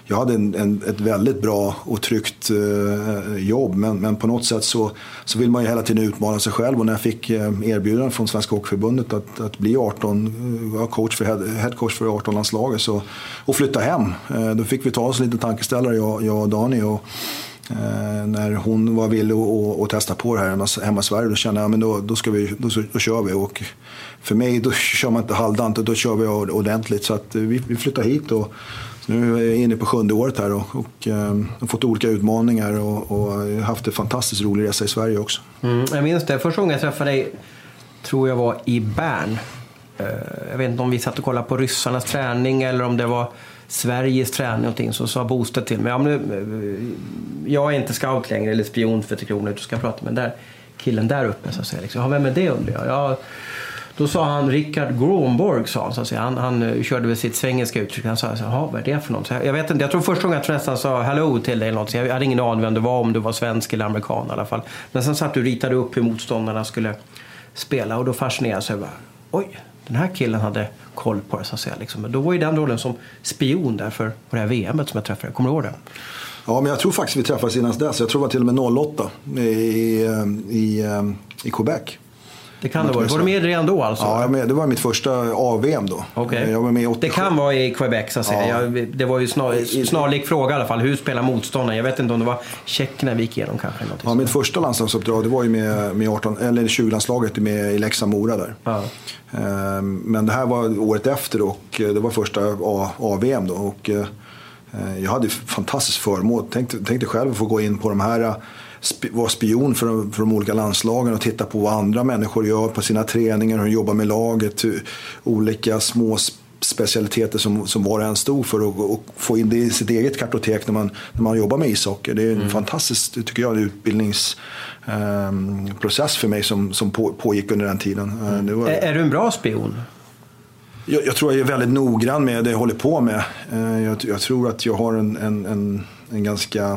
jag hade ett väldigt bra och tryggt jobb, men på något sätt så vill man ju hela tiden utmana sig själv, och när jag fick erbjudanden från Svenska Hockeyförbundet att bli head coach för 18-landslaget och flytta hem, då fick vi ta oss lite tankeställare, jag och Dani, och när hon var villig att testa på det här hemma i Sverige, då kände jag, men då kör vi, och för mig då kör man inte halvdant, och då kör vi ordentligt, så att vi flyttar hit, och nu är jag inne på 7:e året här, och har fått olika utmaningar och haft en fantastiskt rolig resa i Sverige också. Jag minns det, första gången jag träffade dig tror jag var i Bern. Jag vet inte om vi satt och kollade på ryssarnas träning eller om det var Sveriges träning någonting, så sa Bostad till mig, jag är inte scout längre eller spion för 3 kronor, du ska prata med den där killen där uppe, så att säga. Liksom, vem är det, undrar jag? Då sa han Rickard Gronborg, sa han, så att säga. Han körde väl sitt svengelska uttryck. Han sa, vad är det för något? Så jag vet inte, jag tror första gången jag nästan sa hello till dig eller något. Jag hade ingen aning vem det var, om du var svensk eller amerikan i alla fall. Men sen satt du och ritade upp hur motståndarna skulle spela, och då fascinerade jag. Oj, den här killen hade koll på det, så att säga. Liksom. Men då var ju den rollen som spion där för det här VMet som jag träffade. Kommer du ihåg det? Ja, men jag tror faktiskt vi träffades innan dess. Jag tror det var till och med 08 i Quebec. Det kan det vara. Var du med redan då alltså? Ja, det var mitt första AVM då. Okay. Jag var med 87. Det kan vara i Quebec, så att säga. Ja. Det var ju snarlik fråga i alla fall. Hur spelar motståndaren? Jag vet inte om det var Tjeckien vi gick igenom kanske. Ja, mitt första landslagsuppdrag, det var ju med 18 eller 20-landslaget med i Leksand Mora där. Ja. Men det här var året efter, och det var första AVM då, och jag hade fantastiskt förmån. Tänkte själv att få gå in på de här, vara spion för de olika landslagen och titta på vad andra människor gör på sina träningar, hur de jobbar med laget, olika små specialiteter som var och en stod för, och få in det i sitt eget kartotek när man jobbar med ishockey. Det är en fantastisk, tycker jag, utbildningsprocess för mig som pågick under den tiden. Är du en bra spion? Jag tror jag är väldigt noggrann med det jag håller på med. Jag tror att jag har en ganska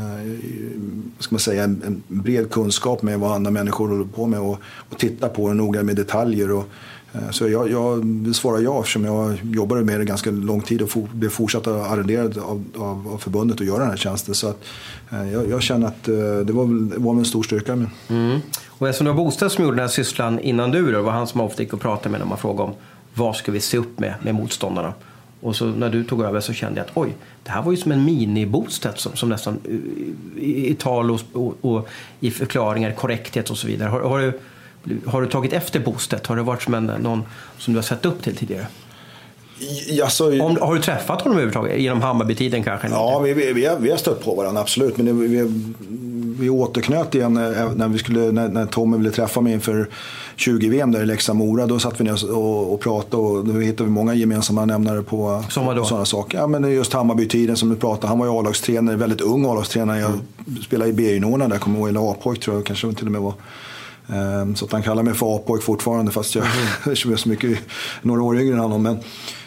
ska man säga, en bred kunskap med vad andra människor håller på med, och titta på det noga med detaljer. Så jag vill svara ja, eftersom jag jobbade med det ganska lång tid och blev fortsatt arrenderad av förbundet att göra den här tjänsten. Så att, jag känner att det var en stor styrka med. Och eftersom det var Bostad som gjorde den här sysslan innan du, då var han som ofta gick och pratade med när man frågade om vad ska vi se upp med motståndarna. Och så när du tog över så kände jag att oj, det här var ju som en mini-Bostad som nästan i tal och i förklaringar, korrekthet och så vidare. Har du tagit efter Bostad? Har det varit som någon som du har sett upp till tidigare? Har du träffat honom överhuvudtaget genom Hammarby-tiden kanske? Ja, vi har stött på varandra, absolut. Men vi återknöt igen när Tommy ville träffa mig inför 20 VM där i Leksand Mora. Då satt vi ner och pratade, och då hittade vi många gemensamma nämnare på sådana saker. Ja, men just Hammarby-tiden som du pratade. Han var ju A-lagstränare, väldigt ung A-lagstränare. Jag spelade i B-juniorerna där, kommer ihåg, eller A-pojk tror jag kanske till och med var. Så att han kallar mig för A-pojk fortfarande, fast jag är så mycket några år yngre än honom. Men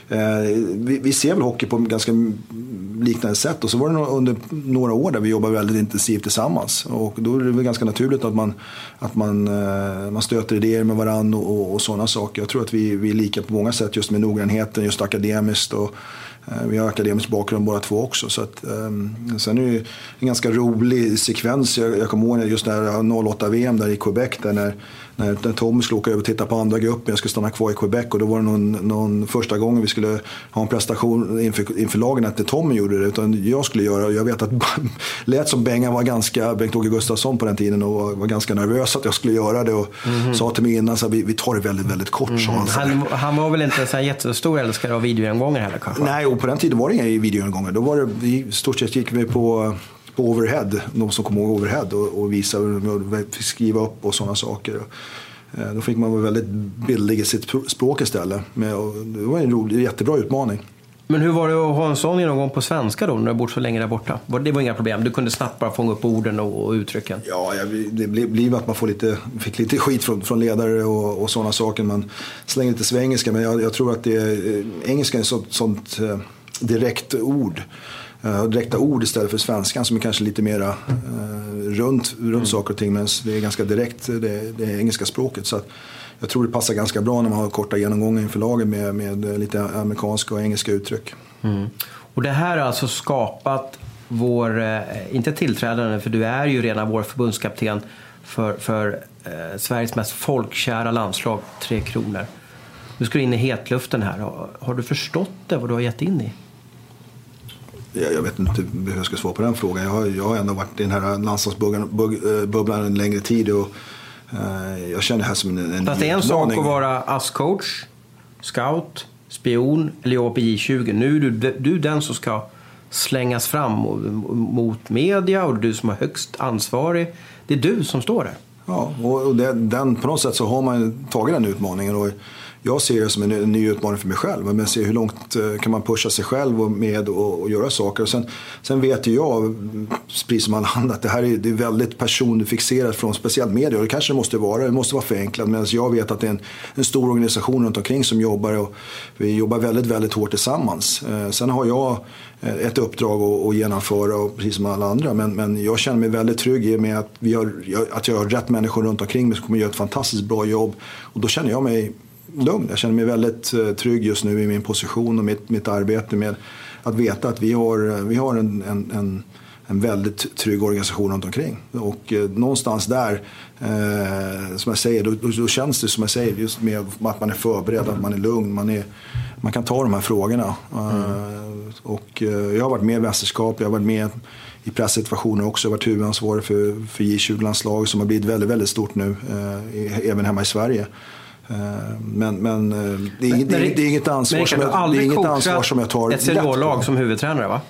vi ser väl hockey på ganska liknande sätt, och så var det under några år där vi jobbade väldigt intensivt tillsammans, och då är det väl ganska naturligt att man stöter idéer med varandra och sådana saker. Jag tror att vi är lika på många sätt, just med noggrannheten, just akademiskt, och vi har akademisk bakgrund båda två också. Så att, sen är det en ganska rolig sekvens. Jag kommer ihåg just när 08 VM där i Quebec, där när Tommy skulle åka över och titta på andra gruppen, jag skulle stanna kvar i Quebec, och då var det någon första gången vi skulle ha en prestation inför lagen, att Tommy gjorde det, utan jag skulle göra. Och jag vet att lät som Bengt-Åke Gustafsson på den tiden, och var ganska nervös att jag skulle göra det, och sa till mig innan så att vi tar det väldigt, väldigt kort. Han var väl inte så här jättestor älskare av videogenomgångar heller kanske? Nej, och på den tiden var det inga videogenomgångar. Då var det, i stort sett gick vi på overhead, de som kom ihåg overhead, och visa hur fick skriva upp och sådana saker. Då fick man vara väldigt billig i sitt språk istället. Men det var en jättebra utmaning. Men hur var det att ha en sån genomgång på svenska då, när du bott så länge där borta? Det var inga problem, du kunde snabbt bara fånga upp orden och uttrycken. Ja, det blev att man fick lite skit från ledare och sådana saker. Man slänger lite svengelska, men jag tror att engelska är ett sånt direkta ord istället för svenskan, som är kanske lite mera runt saker och ting, men det är ganska direkt det engelska språket. Så att jag tror det passar ganska bra när man har korta genomgångar inför lagen med lite amerikanska och engelska uttryck. Och det här har alltså skapat vår, inte tillträdande, för du är ju redan vår förbundskapten för Sveriges mest folkkära landslag, 3 Kronor. Nu ska du in i hetluften här. Har du förstått det, vad du har gett in i? Jag vet inte hur jag ska svara på den frågan. Jag har ändå varit i den här landslagsbubblan en längre tid och jag känner det här som en fast det är en sak att vara ASS-coach, scout, spion eller jobba på J20. Nu är du den som ska slängas fram mot media och du som är högst ansvarig. Det är du som står där. Ja, och på något sätt så har man tagit den utmaningen och jag ser det som en ny utmaning för mig själv. Men jag ser hur långt kan man pusha sig själv med och göra saker. Och sen vet ju jag, precis som alla andra, att det här är väldigt personfixerat från speciellt media. Och det kanske det måste vara förenklat. Men jag vet att det är en stor organisation runt omkring som jobbar. Och vi jobbar väldigt, väldigt hårt tillsammans. Sen har jag ett uppdrag att genomföra, och precis som alla andra. Men jag känner mig väldigt trygg med att jag har rätt människor runt omkring mig som kommer göra ett fantastiskt bra jobb. Och då känner jag mig lugn. Jag känner mig väldigt trygg just nu i min position och mitt arbete med att veta att vi har en väldigt trygg organisation runt omkring. Och någonstans där, som jag säger, då känns det som jag säger, just med att man är förberedd, att man är lugn, man kan ta de här frågorna. Och jag har varit med i mästerskap, jag har varit med i presssituationer också. Jag har varit huvudansvarig för J20-landslag som har blivit väldigt, väldigt stort nu, även hemma i Sverige. Men det är inget ansvar som jag tar. Ett seniorlag som huvudtränare, va?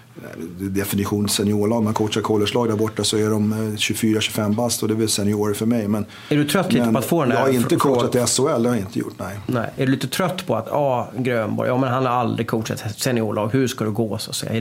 Definition seniorlag, man coachar collegelag där borta så är de 24-25 bast och det är väl seniorer för mig. Men, är du trött lite på att få den här? Jag har inte coachat i SHL, det har jag inte gjort, nej. Är du lite trött på att Grönborg, men han har aldrig coachat seniorlag, hur ska det gå så att säga?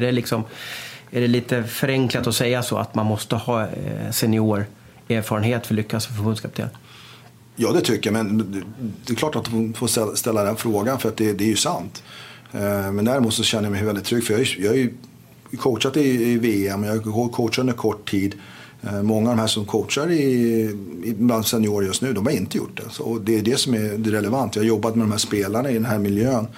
Är det lite förenklat att säga så att man måste ha seniorerfarenhet för att lyckas som förbundskapten? Ja, det tycker jag, men det är klart att hon får ställa den frågan för att det är ju sant. Men däremot så känner jag mig väldigt trygg, för jag har ju coachat i VM, jag har coachat under kort tid. Många av de här som coachar bland seniorer just nu, de har inte gjort det. Så det är det som är relevant. Jag har jobbat med de här spelarna i den här miljön.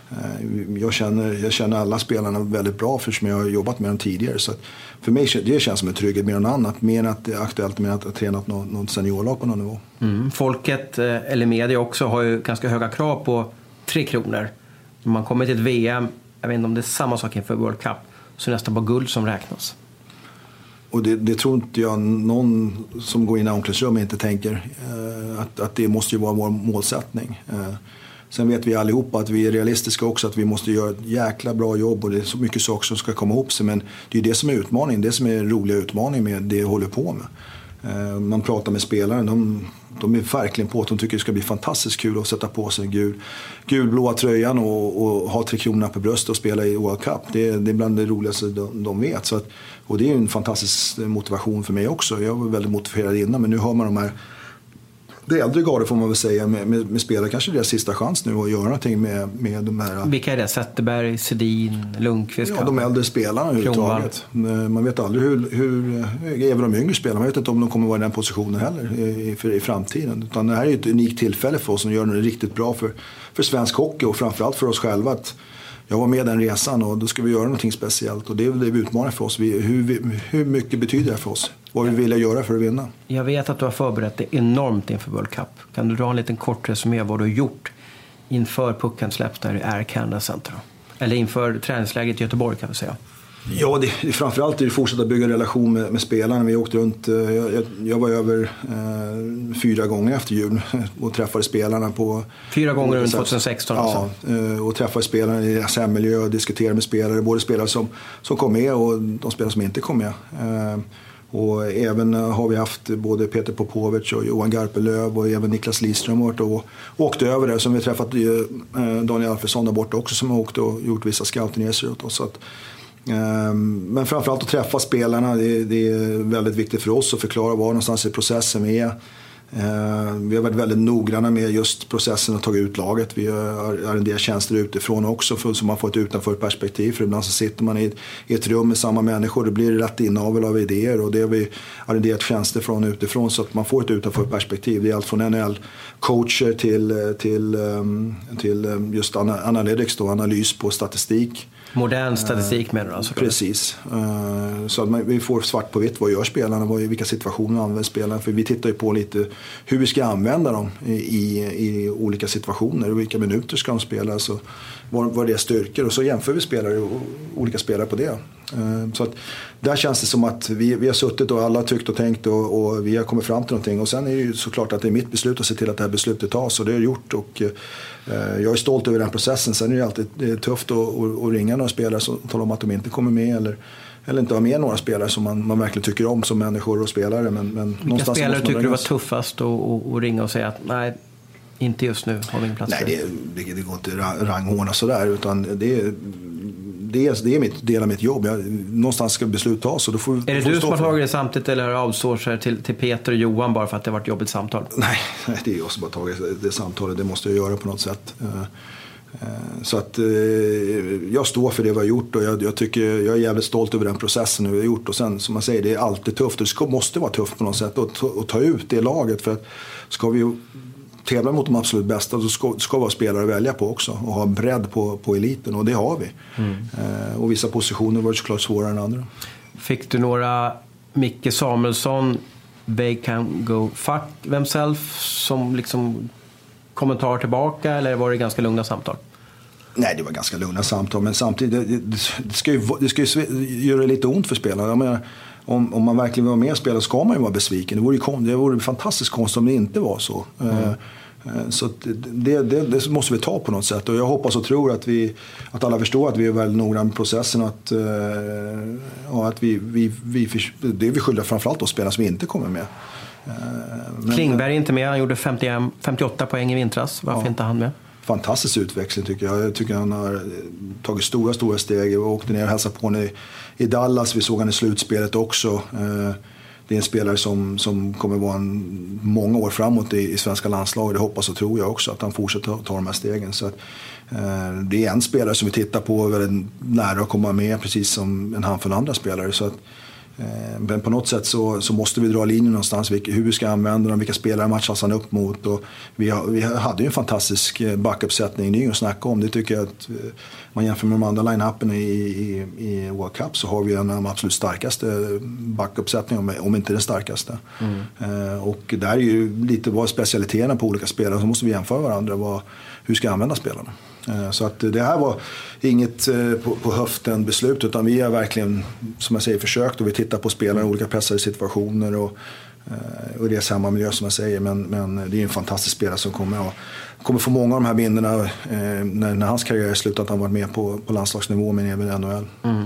Jag känner alla spelarna väldigt bra för som jag har jobbat med dem tidigare. Så för mig det känns som en trygghet mer än annat. Mer än att det är aktuellt med att träna något seniorlag på någon nivå. Folket, eller media också, har ju ganska höga krav på 3 Kronor. När man kommer till ett VM, jag vet inte om det är samma sak inför World Cup, så nästan bara guld som räknas. Och det tror inte jag någon som går in i omklädningsrummet inte tänker att det måste ju vara vår målsättning. Sen vet vi allihopa att vi är realistiska också, att vi måste göra ett jäkla bra jobb och det är så mycket saker som ska komma ihop sig. Men det är det som är utmaningen, det som är en rolig utmaning med det jag håller på med. Man pratar med spelare, de är verkligen på att de tycker det ska bli fantastiskt kul att sätta på sig en gulblåa tröjan och ha 3 Kronor på bröstet och spela i World Cup. Det är bland det roligaste de vet. Så och det är en fantastisk motivation för mig också. Jag var väldigt motiverad innan, men nu har man de här, det äldre gardet får man väl säga, med spelare, kanske deras sista chans nu att göra någonting med de här. Vilka är det? Zetterberg, Sedin, Lundqvist? Ja, de äldre spelarna överhuvudtaget. Man vet aldrig hur även de yngre spelarna, man vet inte om de kommer vara i den positionen heller i framtiden. Utan det här är ett unikt tillfälle för oss som gör det riktigt bra för svensk hockey och framförallt för oss själva. Att jag var med den resan och då ska vi göra någonting speciellt. Och det är väl det vi utmanar för oss. Hur mycket betyder det för oss? Vad vi vill göra för att vinna? Jag vet att du har förberett dig enormt inför World Cup. Kan du dra en liten kort resumé vad du har gjort inför pucken släpps där i Air Canada Center? Eller inför träningsläget i Göteborg, kan vi säga. Ja, det är framförallt att fortsätta bygga en relation med spelarna. Vi åkte runt, jag var över 4 gånger efter jul och träffade spelarna på... 4 gånger under 2016 alltså? Ja, och träffade spelarna i SM-miljö och diskuterade med spelare. Både spelare som kom med och de spelare som inte kom med. Och även har vi haft både Peter Popovic och Johan Garpelöv och även Niklas Lidström och åkte över där. Som vi träffat Daniel Alfredsson där borta också, som har åkt och gjort vissa scoutingresor åt oss. Så att, men framförallt att träffa spelarna, det är väldigt viktigt för oss att förklara var någonstans i processen vi är. Vi har varit väldigt noggranna med just processen att ta ut laget. Vi har arrenderat tjänster utifrån också så man får ett utanför perspektiv. För ibland så sitter man i ett rum med samma människor. Det blir rätt inavel av idéer och det har vi arrenderat tjänster från utifrån så att man får ett utanför perspektiv. Det är allt från NHL-coacher till just analytics då, analys på statistik. Modern statistik med det alltså. Precis. Så att vi får svart på vitt, vad gör spelarna, i vilka situationer använder spelarna. För vi tittar ju på lite hur vi ska använda dem i olika situationer. Och vilka minuter ska de spela, så vad det är styrkor. Och så jämför vi olika spelare på det. Så att där känns det som att vi har suttit och alla har tyckt och tänkt och vi har kommit fram till någonting. Och sen är det ju såklart att det är mitt beslut att se till att det här beslutet tas, och det är gjort. Och jag är stolt över den processen. Sen är det alltid tufft att ringa några spelare och tala om att de inte kommer med eller inte ha med några spelare som man verkligen tycker om som människor och spelare. Men vilka spelare tycker du var tuffast att ringa och säga att nej, inte just nu har vi ingen plats? Nej, det går inte ranghårna sådär, utan det är mitt del av mitt jobb. Någonstans ska beslut tas. Och då får, är det du som har tagit det samtidigt eller har outsourcar till Peter och Johan bara för att det har varit jobbigt samtal? Nej, det är jag som har tagit det samtalet. Det måste jag göra på något sätt. Så att jag står för det vi har gjort, och jag är jävligt stolt över den processen vi har gjort. Och sen, som man säger, det är alltid tufft. Det måste vara tufft på något sätt att ta ut det laget, för att ska vi tävla mot de absolut bästa, så ska vara spelare att välja på också och ha bredd på eliten, och det har vi. Och vissa positioner var såklart svårare än andra. Fick du några Micke Samuelsson they can go fuck themselves som liksom kommentar tillbaka, eller var det ganska lugna samtal? Nej, det var ganska lugna samtal, men samtidigt det ska ju göra lite ont för spelarna. Jag menar, om man verkligen vill vara med och spela, ska man ju vara besviken. Det vore fantastiskt konstigt om det inte var så. Så det måste vi ta på något sätt. Och jag hoppas och tror att alla förstår att vi är väldigt noggranna med processen. Att det är vi skyldiga framförallt att spela som vi inte kommer med. Klingberg är inte med. Han gjorde 58 poäng i vintras. Varför inte han med? Fantastisk utväxling tycker jag. Jag tycker han har tagit stora steg. Jag åkte ner och hälsade på honom i Dallas. Vi såg han i slutspelet också. Det är en spelare som kommer vara många år framåt i svenska landslaget. Det hoppas och tror jag också, att han fortsätter ta de här stegen. Så att, det är en spelare som vi tittar på väldigt nära att komma med, precis som en handfull andra spelare. Så att, men på något sätt så måste vi dra linjen någonstans, hur vi ska använda dem, vilka spelare matchas han upp mot. Och vi hade ju en fantastisk backuppsättning, det är ju att snacka om. Det tycker jag att man jämför med de andra line-upen i World Cup, så har vi en av de absolut starkaste backuppsättningen, om inte den starkaste. Och där är ju lite vad specialiteterna på olika spelare, så måste vi jämföra varandra, hur ska jag använda spelarna. Så att det här var inget på höften beslut, utan vi har verkligen, som jag säger, försökt, och vi tittar på spelare i olika pressade situationer och det är samma miljö som jag säger, men det är en fantastisk spelare som kommer få många av de här minnena när hans karriär är slut, att han varit med på landslagsnivå med även NHL.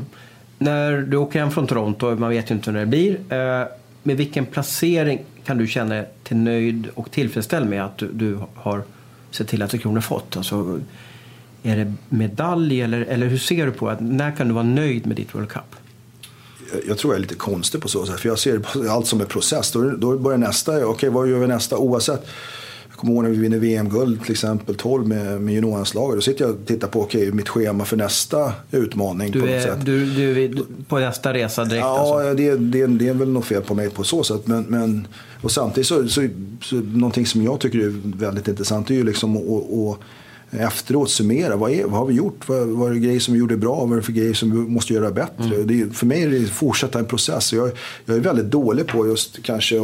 När du åker hem från Toronto, man vet ju inte när det blir, med vilken placering kan du känna dig till nöjd och tillfredsställd med att du har sett till att Tre Kronor fått? Alltså, är det medalj eller hur ser du på att när kan du vara nöjd med ditt World Cup? Jag tror jag är lite konstig på så sätt, för jag ser allt som en process. Då börjar nästa, okej, vad gör vi nästa? Oavsett, jag kommer ihåg när vi vinner VM-guld till exempel 12 med juniorlandslaget, då sitter jag och tittar på mitt schema för nästa utmaning. Du är på nästa resa direkt? Ja, alltså. det är väl något fel på mig på så sätt, men och samtidigt så någonting som jag tycker är väldigt intressant är ju liksom att efteråt summera, vad har vi gjort, vad är det grejer som vi gjorde bra, vad är det för grejer som vi måste göra bättre. För mig är det fortsätta en process. Jag är väldigt dålig på just kanske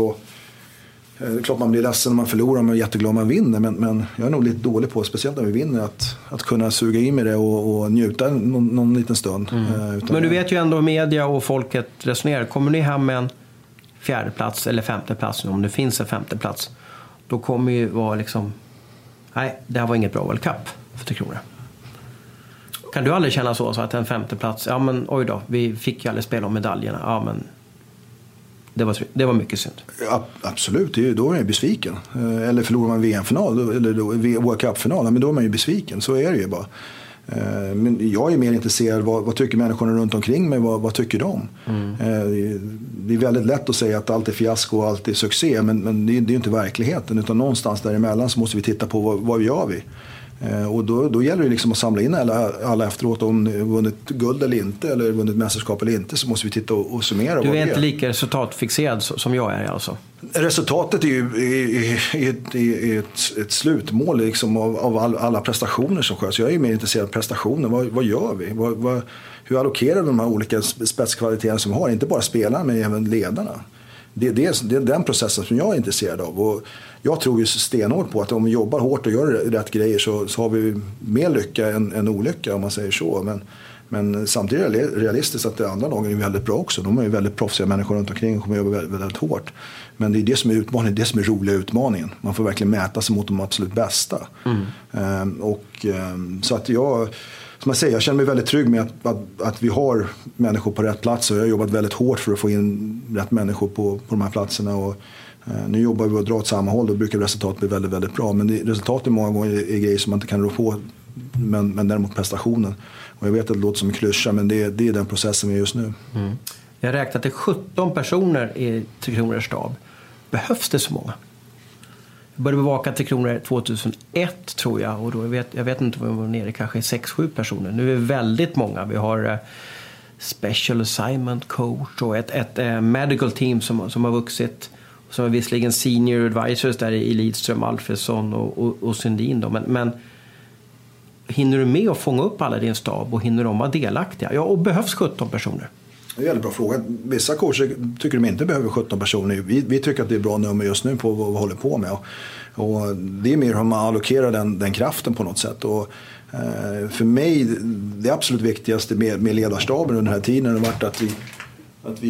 det är klart man blir ledsen när man förlorar, man är jätteglad om man vinner, men jag är nog lite dålig på, speciellt när vi vinner, att kunna suga in med det och njuta någon liten stund. Men du vet ju ändå media och folket resonerar. Kommer ni hem med en 4:e plats eller 5:e plats, om det finns en 5:e plats, då kommer ju vara liksom, nej, det här var inget bra World Cup för Tre Kronor. Kan du aldrig känna så att en 5:e plats, ja men oj då, vi fick ju aldrig spela om medaljerna, ja men det var mycket synd. Ja, absolut, då är man ju besviken. Eller förlorar man VM-final eller World Cup-final, men då är man ju besviken, så är det ju bara. Men jag är mer intresserad, vad tycker människorna runt omkring mig, vad tycker de? Det är väldigt lätt att säga att allt är fiasko och allt är succé, men det är ju inte verkligheten, utan någonstans däremellan så måste vi titta på vad gör vi? Och då gäller det liksom att samla in alla efteråt, om de vunnit guld eller inte, eller vunnit mästerskap eller inte, så måste vi titta och summera. Du är inte lika resultatfixerad som jag är alltså? Resultatet är ju ett slutmål liksom av alla prestationer som sker. Så jag är ju mer intresserad av prestationer. Vad gör vi? Hur allokerar vi de här olika spetskvaliteterna som har? Inte bara spelarna men även ledarna. Det är den processen som jag är intresserad av. Och jag tror ju stenhårt på att om vi jobbar hårt och gör rätt grejer så har vi mer lycka än olycka, om man säger så. Men samtidigt är det realistiskt att det andra lagen är väldigt bra också. De är ju väldigt proffsiga människor runt omkring och kommer jobba väldigt, väldigt hårt. Men det är det som är utmaningen, det som är roliga utmaningen. Man får verkligen mäta sig mot de absolut bästa. Så att som jag säger, jag känner mig väldigt trygg med att vi har människor på rätt plats. Och jag har jobbat väldigt hårt för att få in rätt människor på de här platserna. Och nu jobbar vi och drar åt samma håll, då brukar resultatet bli väldigt, väldigt bra. Men resultatet många gånger är grejer som man inte kan rå på, men däremot prestationen. Och jag vet att det låter som en klyscha, men det är den processen vi är just nu. Jag räknat till 17 personer i Tre Kronors stab. Behövs det så många? Jag började bevaka Tre Kronor 2001 tror jag, och då jag vet inte vad vi var nere, kanske 6-7 personer. Nu är vi väldigt många. Vi har special assignment coach och ett medical team som har vuxit. Som är visserligen senior advisors där i Lidström, Alfredsson och Sundin då. Men hinner du med att fånga upp alla din stab och hinner de vara delaktiga? Ja, och behövs 17 personer? Det är en väldigt bra fråga. Vissa coacher tycker de inte behöver 17 personer. Vi tycker att det är bra nummer just nu på vad vi håller på med. Och det är mer hur man allokerar den kraften på något sätt. Och för mig, det absolut viktigaste med ledarstaben under den här tiden har varit att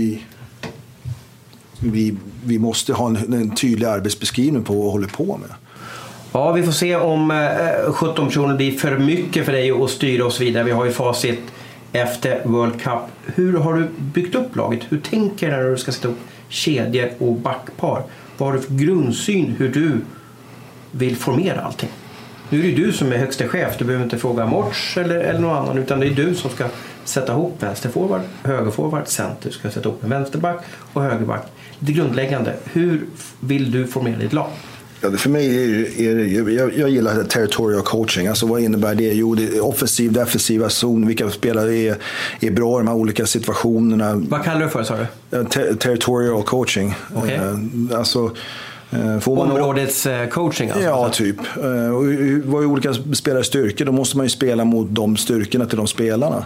vi måste ha en tydlig arbetsbeskrivning på vad vi håller på med. Ja, vi får se om 17 personer blir för mycket för dig att styra och så vidare. Vi har ju facit efter World Cup. Hur har du byggt upp laget? Hur tänker du när du ska sätta upp kedjor och backpar? Vad har du för grundsyn hur du vill formera allting? Nu är det du som är högsta chef. Du behöver inte fråga Morts eller någon annan, utan det är du som ska sätta ihop vänsterforward, högerforward, center. Du ska sätta ihop en vänsterback och högerback. Det grundläggande. Hur vill du formera ditt lag? Ja, för mig jag gillar territorial coaching. Alltså vad innebär det? Jo, det är offensiv, defensiva zon. Vilka spelare är bra i de här olika situationerna. Vad kallar du för, sa du? Territorial coaching. Okay. Alltså områdets coaching alltså? Ja, typ. Vad är olika spelare styrkor? Då måste man ju spela mot de styrkorna till de spelarna.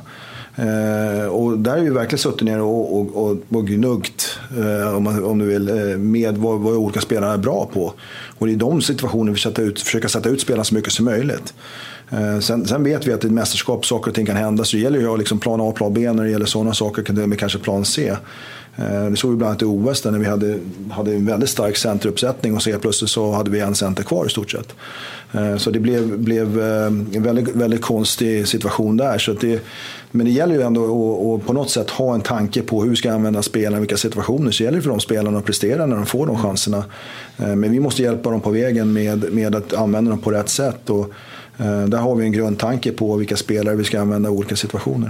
Och där är vi verkligen suttit ner och gnuggt om du vill med vad olika spelare är bra på. Och det är de situationer vi försöker sätta ut spelarna så mycket som möjligt. Sen vet vi att i ett mästerskap saker och ting kan hända, så det gäller ju att liksom plan A och plan B när det gäller sådana saker, kan det med kanske plan C. Det såg vi bland annat i OS där när vi hade en väldigt stark centeruppsättning och så plötsligt så hade vi en center kvar i stort sett. Så det blev en väldigt, väldigt konstig situation där. Så men det gäller ju ändå att på något sätt ha en tanke på hur vi ska använda spelarna, vilka situationer. Så gäller det för de spelarna att prestera när de får de chanserna. Men vi måste hjälpa dem på vägen med att använda dem på rätt sätt. Och där har vi en grundtanke på vilka spelare vi ska använda i olika situationer.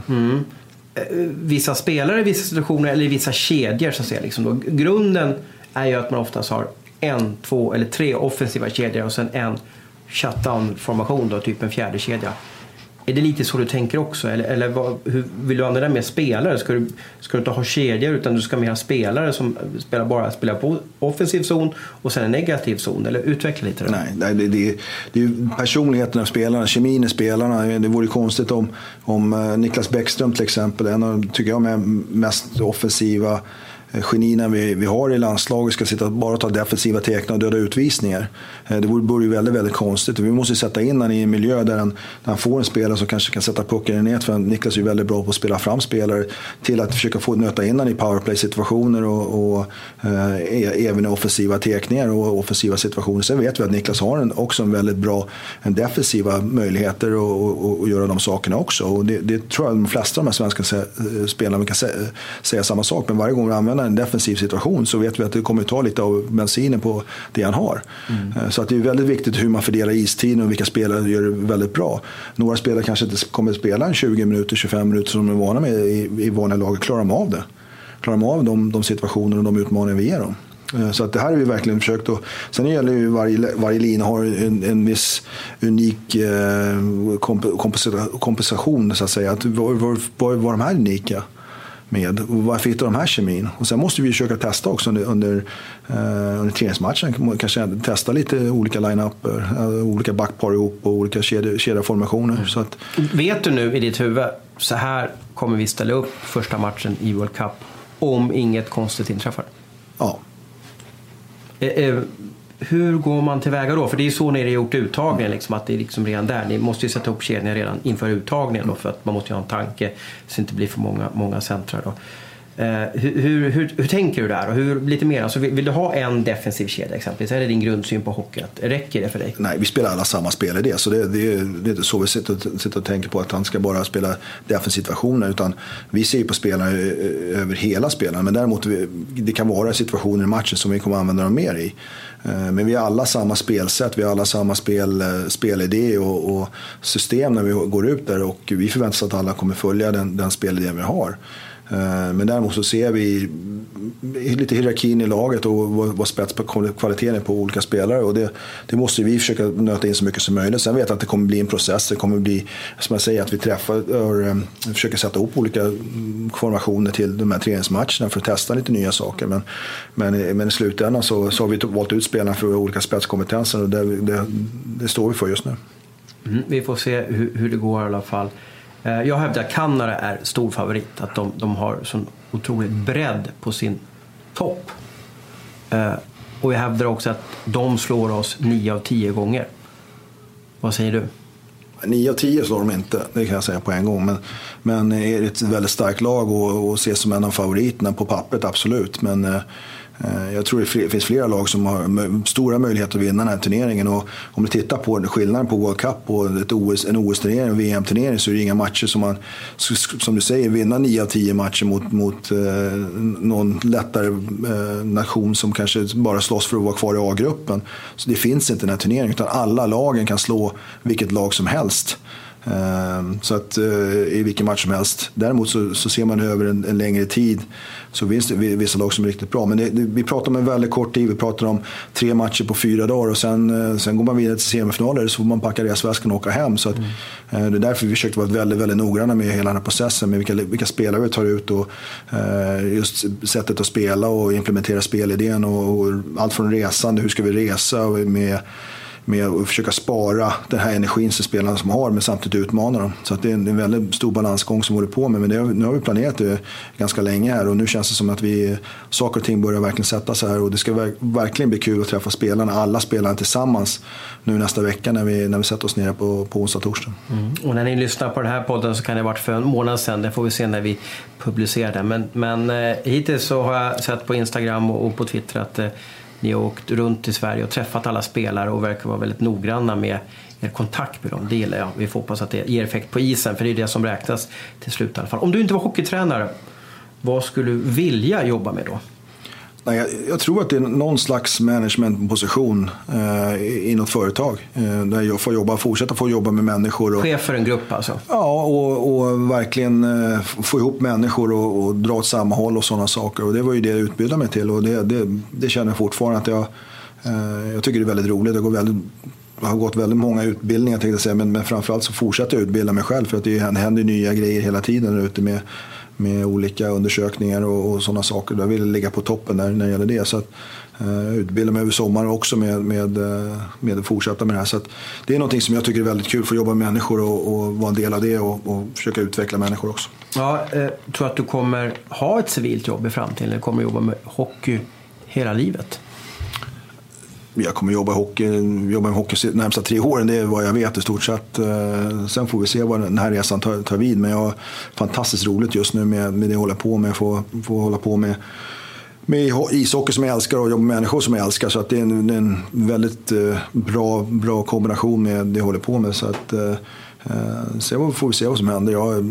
Vissa spelare i vissa situationer eller i vissa kedjor så att säga, liksom då. Grunden är ju att man oftast har 1, 2 eller 3 offensiva kedjor och sen en shutdown-formation då, typ en fjärde kedja. Är det lite så du tänker också? Eller hur vill du använda mer spelare? Ska du inte ha kedjor utan du ska mer ha spelare som spelar på offensiv zon och sen en negativ zon? Eller utveckla lite det? Nej, det är ju personligheten av spelarna, kemin i spelarna. Det vore konstigt om Niklas Bäckström till exempel, en av, tycker jag, med mest offensiva genierna vi har i landslaget ska sitta bara ta defensiva teckna och döda utvisningar. Det vore ju väldigt, väldigt konstigt. Vi måste sätta in han i en miljö där han får en spelare som kanske kan sätta pucken i nät, för Niklas är ju väldigt bra på att spela fram spelare, till att försöka få nöta in han i powerplay-situationer och även i offensiva teckningar och offensiva situationer. Sen vet vi att Niklas har också en väldigt bra defensiva möjligheter att göra de sakerna också. Och det tror jag de flesta av de här svenska spelarna kan säga samma sak, men varje gång vi använder en defensiv situation så vet vi att det kommer ta lite av bensinen på det han har. Så att det är väldigt viktigt hur man fördelar istiden och vilka spelare gör det väldigt bra. Några spelare kanske inte kommer att spela en 20 minuter, 25 minuter som de är vana med i vanliga laget. Klarar de av det? Klarar de av de situationer och de utmaningar vi ger dem? Så att det här har vi verkligen försökt. Och sen gäller ju varje lina har en viss unik kompensation så att säga. Att var de här unika med? Varför hittar de här kemin? Och sen måste vi försöka testa också under träningsmatchen. Kanske testa lite olika line-upper, olika backpar ihop och olika kedjeformationer. Så att... Vet du nu i ditt huvud, så här kommer vi ställa upp första matchen i World Cup om inget konstigt inträffar? Ja. Hur går man tillväga då? För det är ju så när det är gjort uttagningen, liksom, att det är liksom redan där. Ni måste ju sätta upp kedjan redan inför uttagningen då, för att man måste ju ha en tanke så det inte blir för många centrar då. Hur tänker du där? Och lite mer, alltså, vill du ha en defensiv kedja exempelvis? Är det din grundsyn på hockey? Räcker det för dig? Nej, vi spelar alla samma spel i det. Så det är inte så vi sitter och tänker på att han ska bara spela defensiva situationer. Utan vi ser ju på spelarna över hela spelaren. Men däremot det kan vara situationer i matchen som vi kommer att använda dem mer i. Men vi har alla samma spelsätt, vi har alla samma spelidé och system när vi går ut där. Och vi förväntar oss att alla kommer följa den spelidé vi har. Men däremot så ser vi lite hierarkin i laget och vad spetskvaliteten är på olika spelare, och det måste vi försöka nöta in så mycket som möjligt. Sen vet jag att det kommer bli en process, det kommer bli, som jag säger, att vi försöker sätta upp olika formationer till de här träningsmatcherna för att testa lite nya saker, men i slutändan så har vi valt ut spelarna för olika spetskompetenser, och det står vi för just nu. Vi får se hur det går i alla fall. Jag hävdar att Kanada är stor favorit, att de har sån otroligt bredd på sin topp. Och jag hävdar också att de slår oss 9 av 10 gånger. Vad säger du? 9 av 10 slår de inte, det kan jag säga på en gång. Men är det ett väldigt starkt lag och ses som en av favoriterna på pappret, absolut. Men jag tror det finns flera lag som har stora möjligheter att vinna den här turneringen. Och om du tittar på skillnaden på World Cup och en OS-turnering och VM-turnering, så är det inga matcher som du säger, vinna 9 av 10 matcher mot någon lättare nation som kanske bara slåss för att vara kvar i A-gruppen. Så det finns inte den här turneringen, utan alla lagen kan slå vilket lag som helst. Så att i vilken match som helst. Däremot så ser man över en längre tid, så finns det vissa lag som är riktigt bra. Men vi pratar om en väldigt kort tid. Vi pratar om 3 matcher på 4 dagar, och sen går man vidare till semifinaler, så får man packa resväskan och åka hem. Så att, det är därför vi försökte vara väldigt, väldigt noggranna med hela den här processen, med vilka spelare vi tar ut och just sättet att spela och implementera spelidén och allt från resan, hur ska vi resa och med att försöka spara den här energin som spelarna som har, men samtidigt utmana dem. Så att det är en väldigt stor balansgång som håller på med. Men nu har vi planerat det ganska länge här, och nu känns det som att saker och ting börjar verkligen sätta sig här, och det ska verkligen bli kul att träffa spelarna, alla spelarna tillsammans nu nästa vecka när vi sätter oss ner på onsdag och torsdag. Och när ni lyssnar på den här podden så kan det ha varit för en månad sedan, det får vi se när vi publicerar den. Men hittills så har jag sett på Instagram och på Twitter att ni har åkt runt i Sverige och träffat alla spelare och verkar vara väldigt noggranna med er kontakt med dem. Det gillar jag. Vi får hoppas att det ger effekt på isen, för det är det som räknas till slut i alla fall. Om du inte var hockeytränare, vad skulle du vilja jobba med då? Nej, jag tror att det är någon slags managementposition i något företag. Där jag får fortsätta få jobba med människor. Chef för en grupp alltså? Ja, och verkligen få ihop människor och dra åt samma håll och sådana saker. Och det var ju det jag utbildade mig till, och det känner jag fortfarande att jag tycker det är väldigt roligt. Jag har gått väldigt många utbildningar, tänkte jag säga, men framförallt så fortsätter jag utbilda mig själv, för att det händer nya grejer hela tiden ute med olika undersökningar och sådana saker. Jag vill ligga på toppen när det gäller det. Så att utbilda mig över sommaren också med att fortsätta med det här. Så att det är någonting som jag tycker är väldigt kul, för att jobba med människor och vara en del av det och försöka utveckla människor också. Ja, tror att du kommer ha ett civilt jobb i framtiden, eller kommer jobba med hockey hela livet? Jag kommer jobba med hockey de närmsta 3 åren, det är vad jag vet i stort sett. Sen får vi se vad den här resan tar vid. Men jag har fantastiskt roligt just nu med det jag håller på med. Få hålla på med ishockey som jag älskar och jobba med människor som jag älskar. Så att det är en väldigt bra kombination med det jag håller på med. Så att får vi se vad som händer.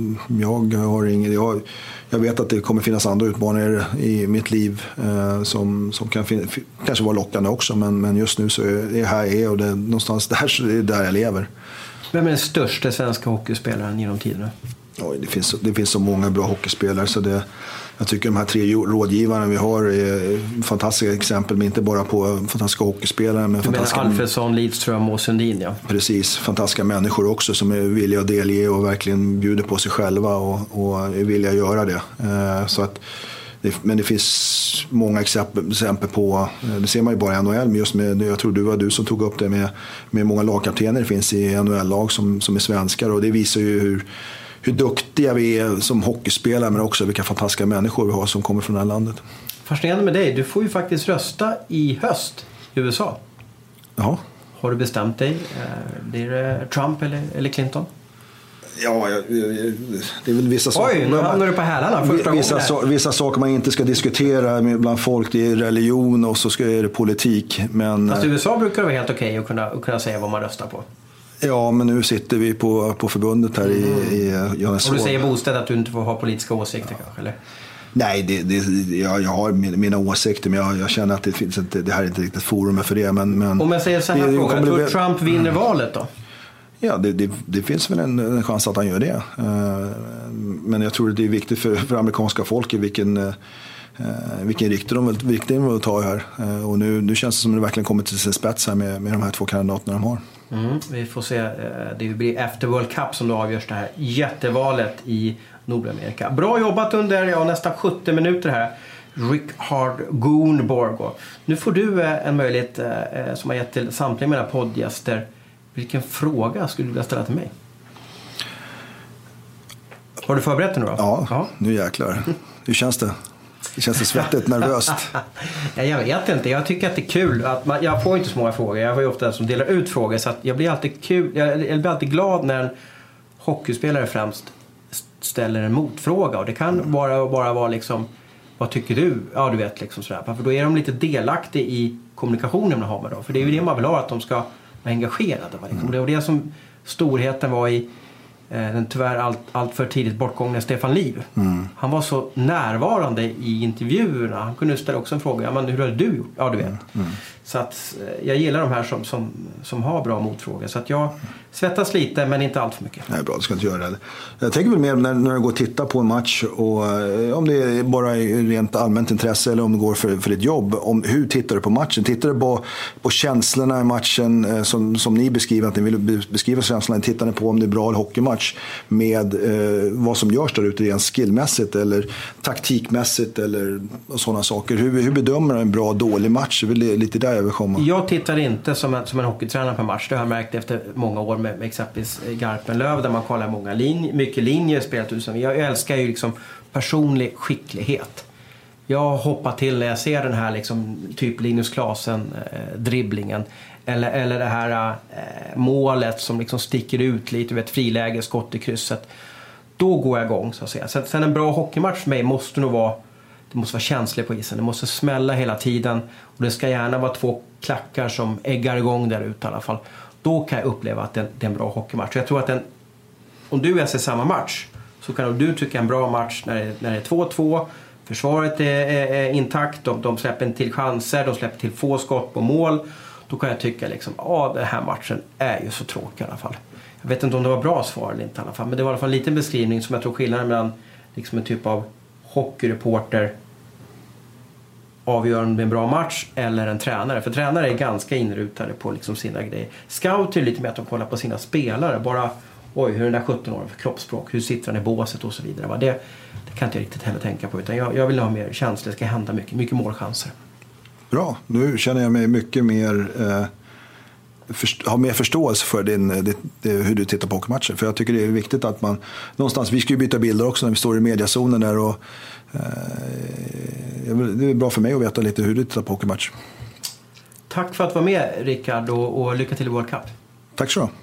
Jag vet att det kommer finnas andra utmaningar i mitt liv som kan kanske vara lockande också, men just nu så är det här och det är någonstans där jag lever. Vem är den största svenska hockeyspelaren genom tiderna? Ja, det finns så många bra hockeyspelare, så Jag tycker de här 3 rådgivarna vi har är fantastiska exempel, men inte bara på fantastiska hockeyspelare. Men fantastiska... Alfredsson, Lidström och Sundin, ja. Precis, fantastiska människor också som är villiga att delge och verkligen bjuder på sig själva och är villiga att göra det. Så att, men det finns många exempel på, det ser man ju bara i NHL, men just med, jag tror det var du som tog upp det med många lagkaptener det finns i NHL-lag som är svenskar, och det visar ju hur duktiga vi är som hockeyspelare, men också vilka fantastiska människor vi har som kommer från det här landet. Fascinerande med dig, du får ju faktiskt rösta i höst i USA. Ja. Har du bestämt dig? Blir det Trump eller Clinton? Ja, det är väl vissa saker. Oj, nu hamnar du på hälarna första gången. Vissa saker man inte ska diskutera bland folk, det är religion och så är det politik. Men fast i USA brukar det vara helt okej att kunna säga vad man röstar på. Ja, men nu sitter vi på förbundet här i Johannesburg. Och du säger Bostäder att du inte får ha politiska åsikter kanske, eller? Nej, jag har mina åsikter, men jag känner att det här är inte riktigt forum för det. Men om jag säger så här fråga, tror Trump vinner valet då? Ja, det finns väl en chans att han gör det. Men jag tror att det är viktigt för amerikanska folket vilken riktning de vill ta här. Och nu känns det som att det verkligen kommer till sin spets här med de här 2 kandidaterna de har. Vi får se. Det blir efter World Cup som då avgörs det här jättevalet i Nordamerika. Bra jobbat under nästan 70 minuter här, Rickard Gunborg. Nu får du en möjlighet som har gett till samtliga mina poddgäster. Vilken fråga skulle du vilja ställa till mig? Har du förberett dig nu då? Ja, nu jäklar. Hur känns det? Det känns svettigt, nervöst. Jag vet inte. Jag tycker att det är kul. Jag får inte så många frågor. Jag var ju ofta den som delar ut frågor. Så att jag blir alltid jag blir alltid glad när en hockeyspelare främst ställer en motfråga. Och det kan bara vara liksom, vad tycker du? Ja, du vet liksom sådär. För då är de lite delaktiga i kommunikationen man har med dem. För det är ju det man vill ha, att de ska vara engagerade. Och det var det som storheten var i den tyvärr allt för tidigt bortgångna Stefan Liv. Han var så närvarande i intervjuerna. Han kunde ställa också en fråga. Men hur har du gjort? Ja, du vet. Så att jag gillar de här som har bra motfrågor. Så att jag svettas lite, men inte allt för mycket. Nej, bra, du ska inte göra det. Jag tänker väl mer när du går och tittar på en match, och om det är bara rent allmänt intresse eller om det går för ditt jobb. Hur tittar du på matchen? Tittar du på känslorna i matchen som ni beskriver, att ni vill beskriva känslorna? Tittar ni på om det är bra hockeymatch med vad som görs där ute rent skillmässigt eller taktikmässigt eller sådana saker? Hur bedömer du en bra och dålig match? Det är lite där jag vill komma. Jag tittar inte som en hockeytränare på match. Det har jag märkt efter många år med exempelvis Garpenlöv, där man kollar mycket linjer spelat ut. Jag älskar ju liksom personlig skicklighet. Jag hoppar till när jag ser den här liksom, typ Linus Klasen dribblingen eller det här målet som liksom sticker ut lite, vet, friläge, skott i krysset. Då går jag igång, så att säga. Sen en bra hockeymatch för mig måste nog vara, det måste vara känsligt på isen. Det måste smälla hela tiden. Och det ska gärna vara 2 klackar som äggar igång där ute i alla fall. Då kan jag uppleva att det är en bra hockeymatch. Jag tror att om du och jag ser samma match, så kan du tycka en bra match när det är 2-2. Försvaret är intakt. De släpper till chanser. De släpper till få skott på mål. Då kan jag tycka liksom, den här matchen är ju så tråkig i alla fall. Jag vet inte om det var bra svar eller inte i alla fall. Men det var i alla fall en liten beskrivning som jag tror skillnaden mellan liksom en typ av hockeyreporter avgör om det är en bra match eller en tränare. För tränare är ganska inrutade på liksom sina grejer. Scout är lite med att de kollar på sina spelare. Bara, hur är den där 17-åringen för kroppsspråk? Hur sitter han i båset och så vidare. Det kan inte jag riktigt heller tänka på. Utan jag vill ha mer känsla. Det ska hända mycket målchanser. Bra, nu känner jag mig mycket mer har mer förståelse för hur du tittar på hockeymatcher. För jag tycker det är viktigt att man någonstans, vi ska ju byta bilder också när vi står i mediazonen där, och det är bra för mig att veta lite hur du tittar på hockeymatch. Tack för att du var med, Rickard, och lycka till i World Cup. Tack så.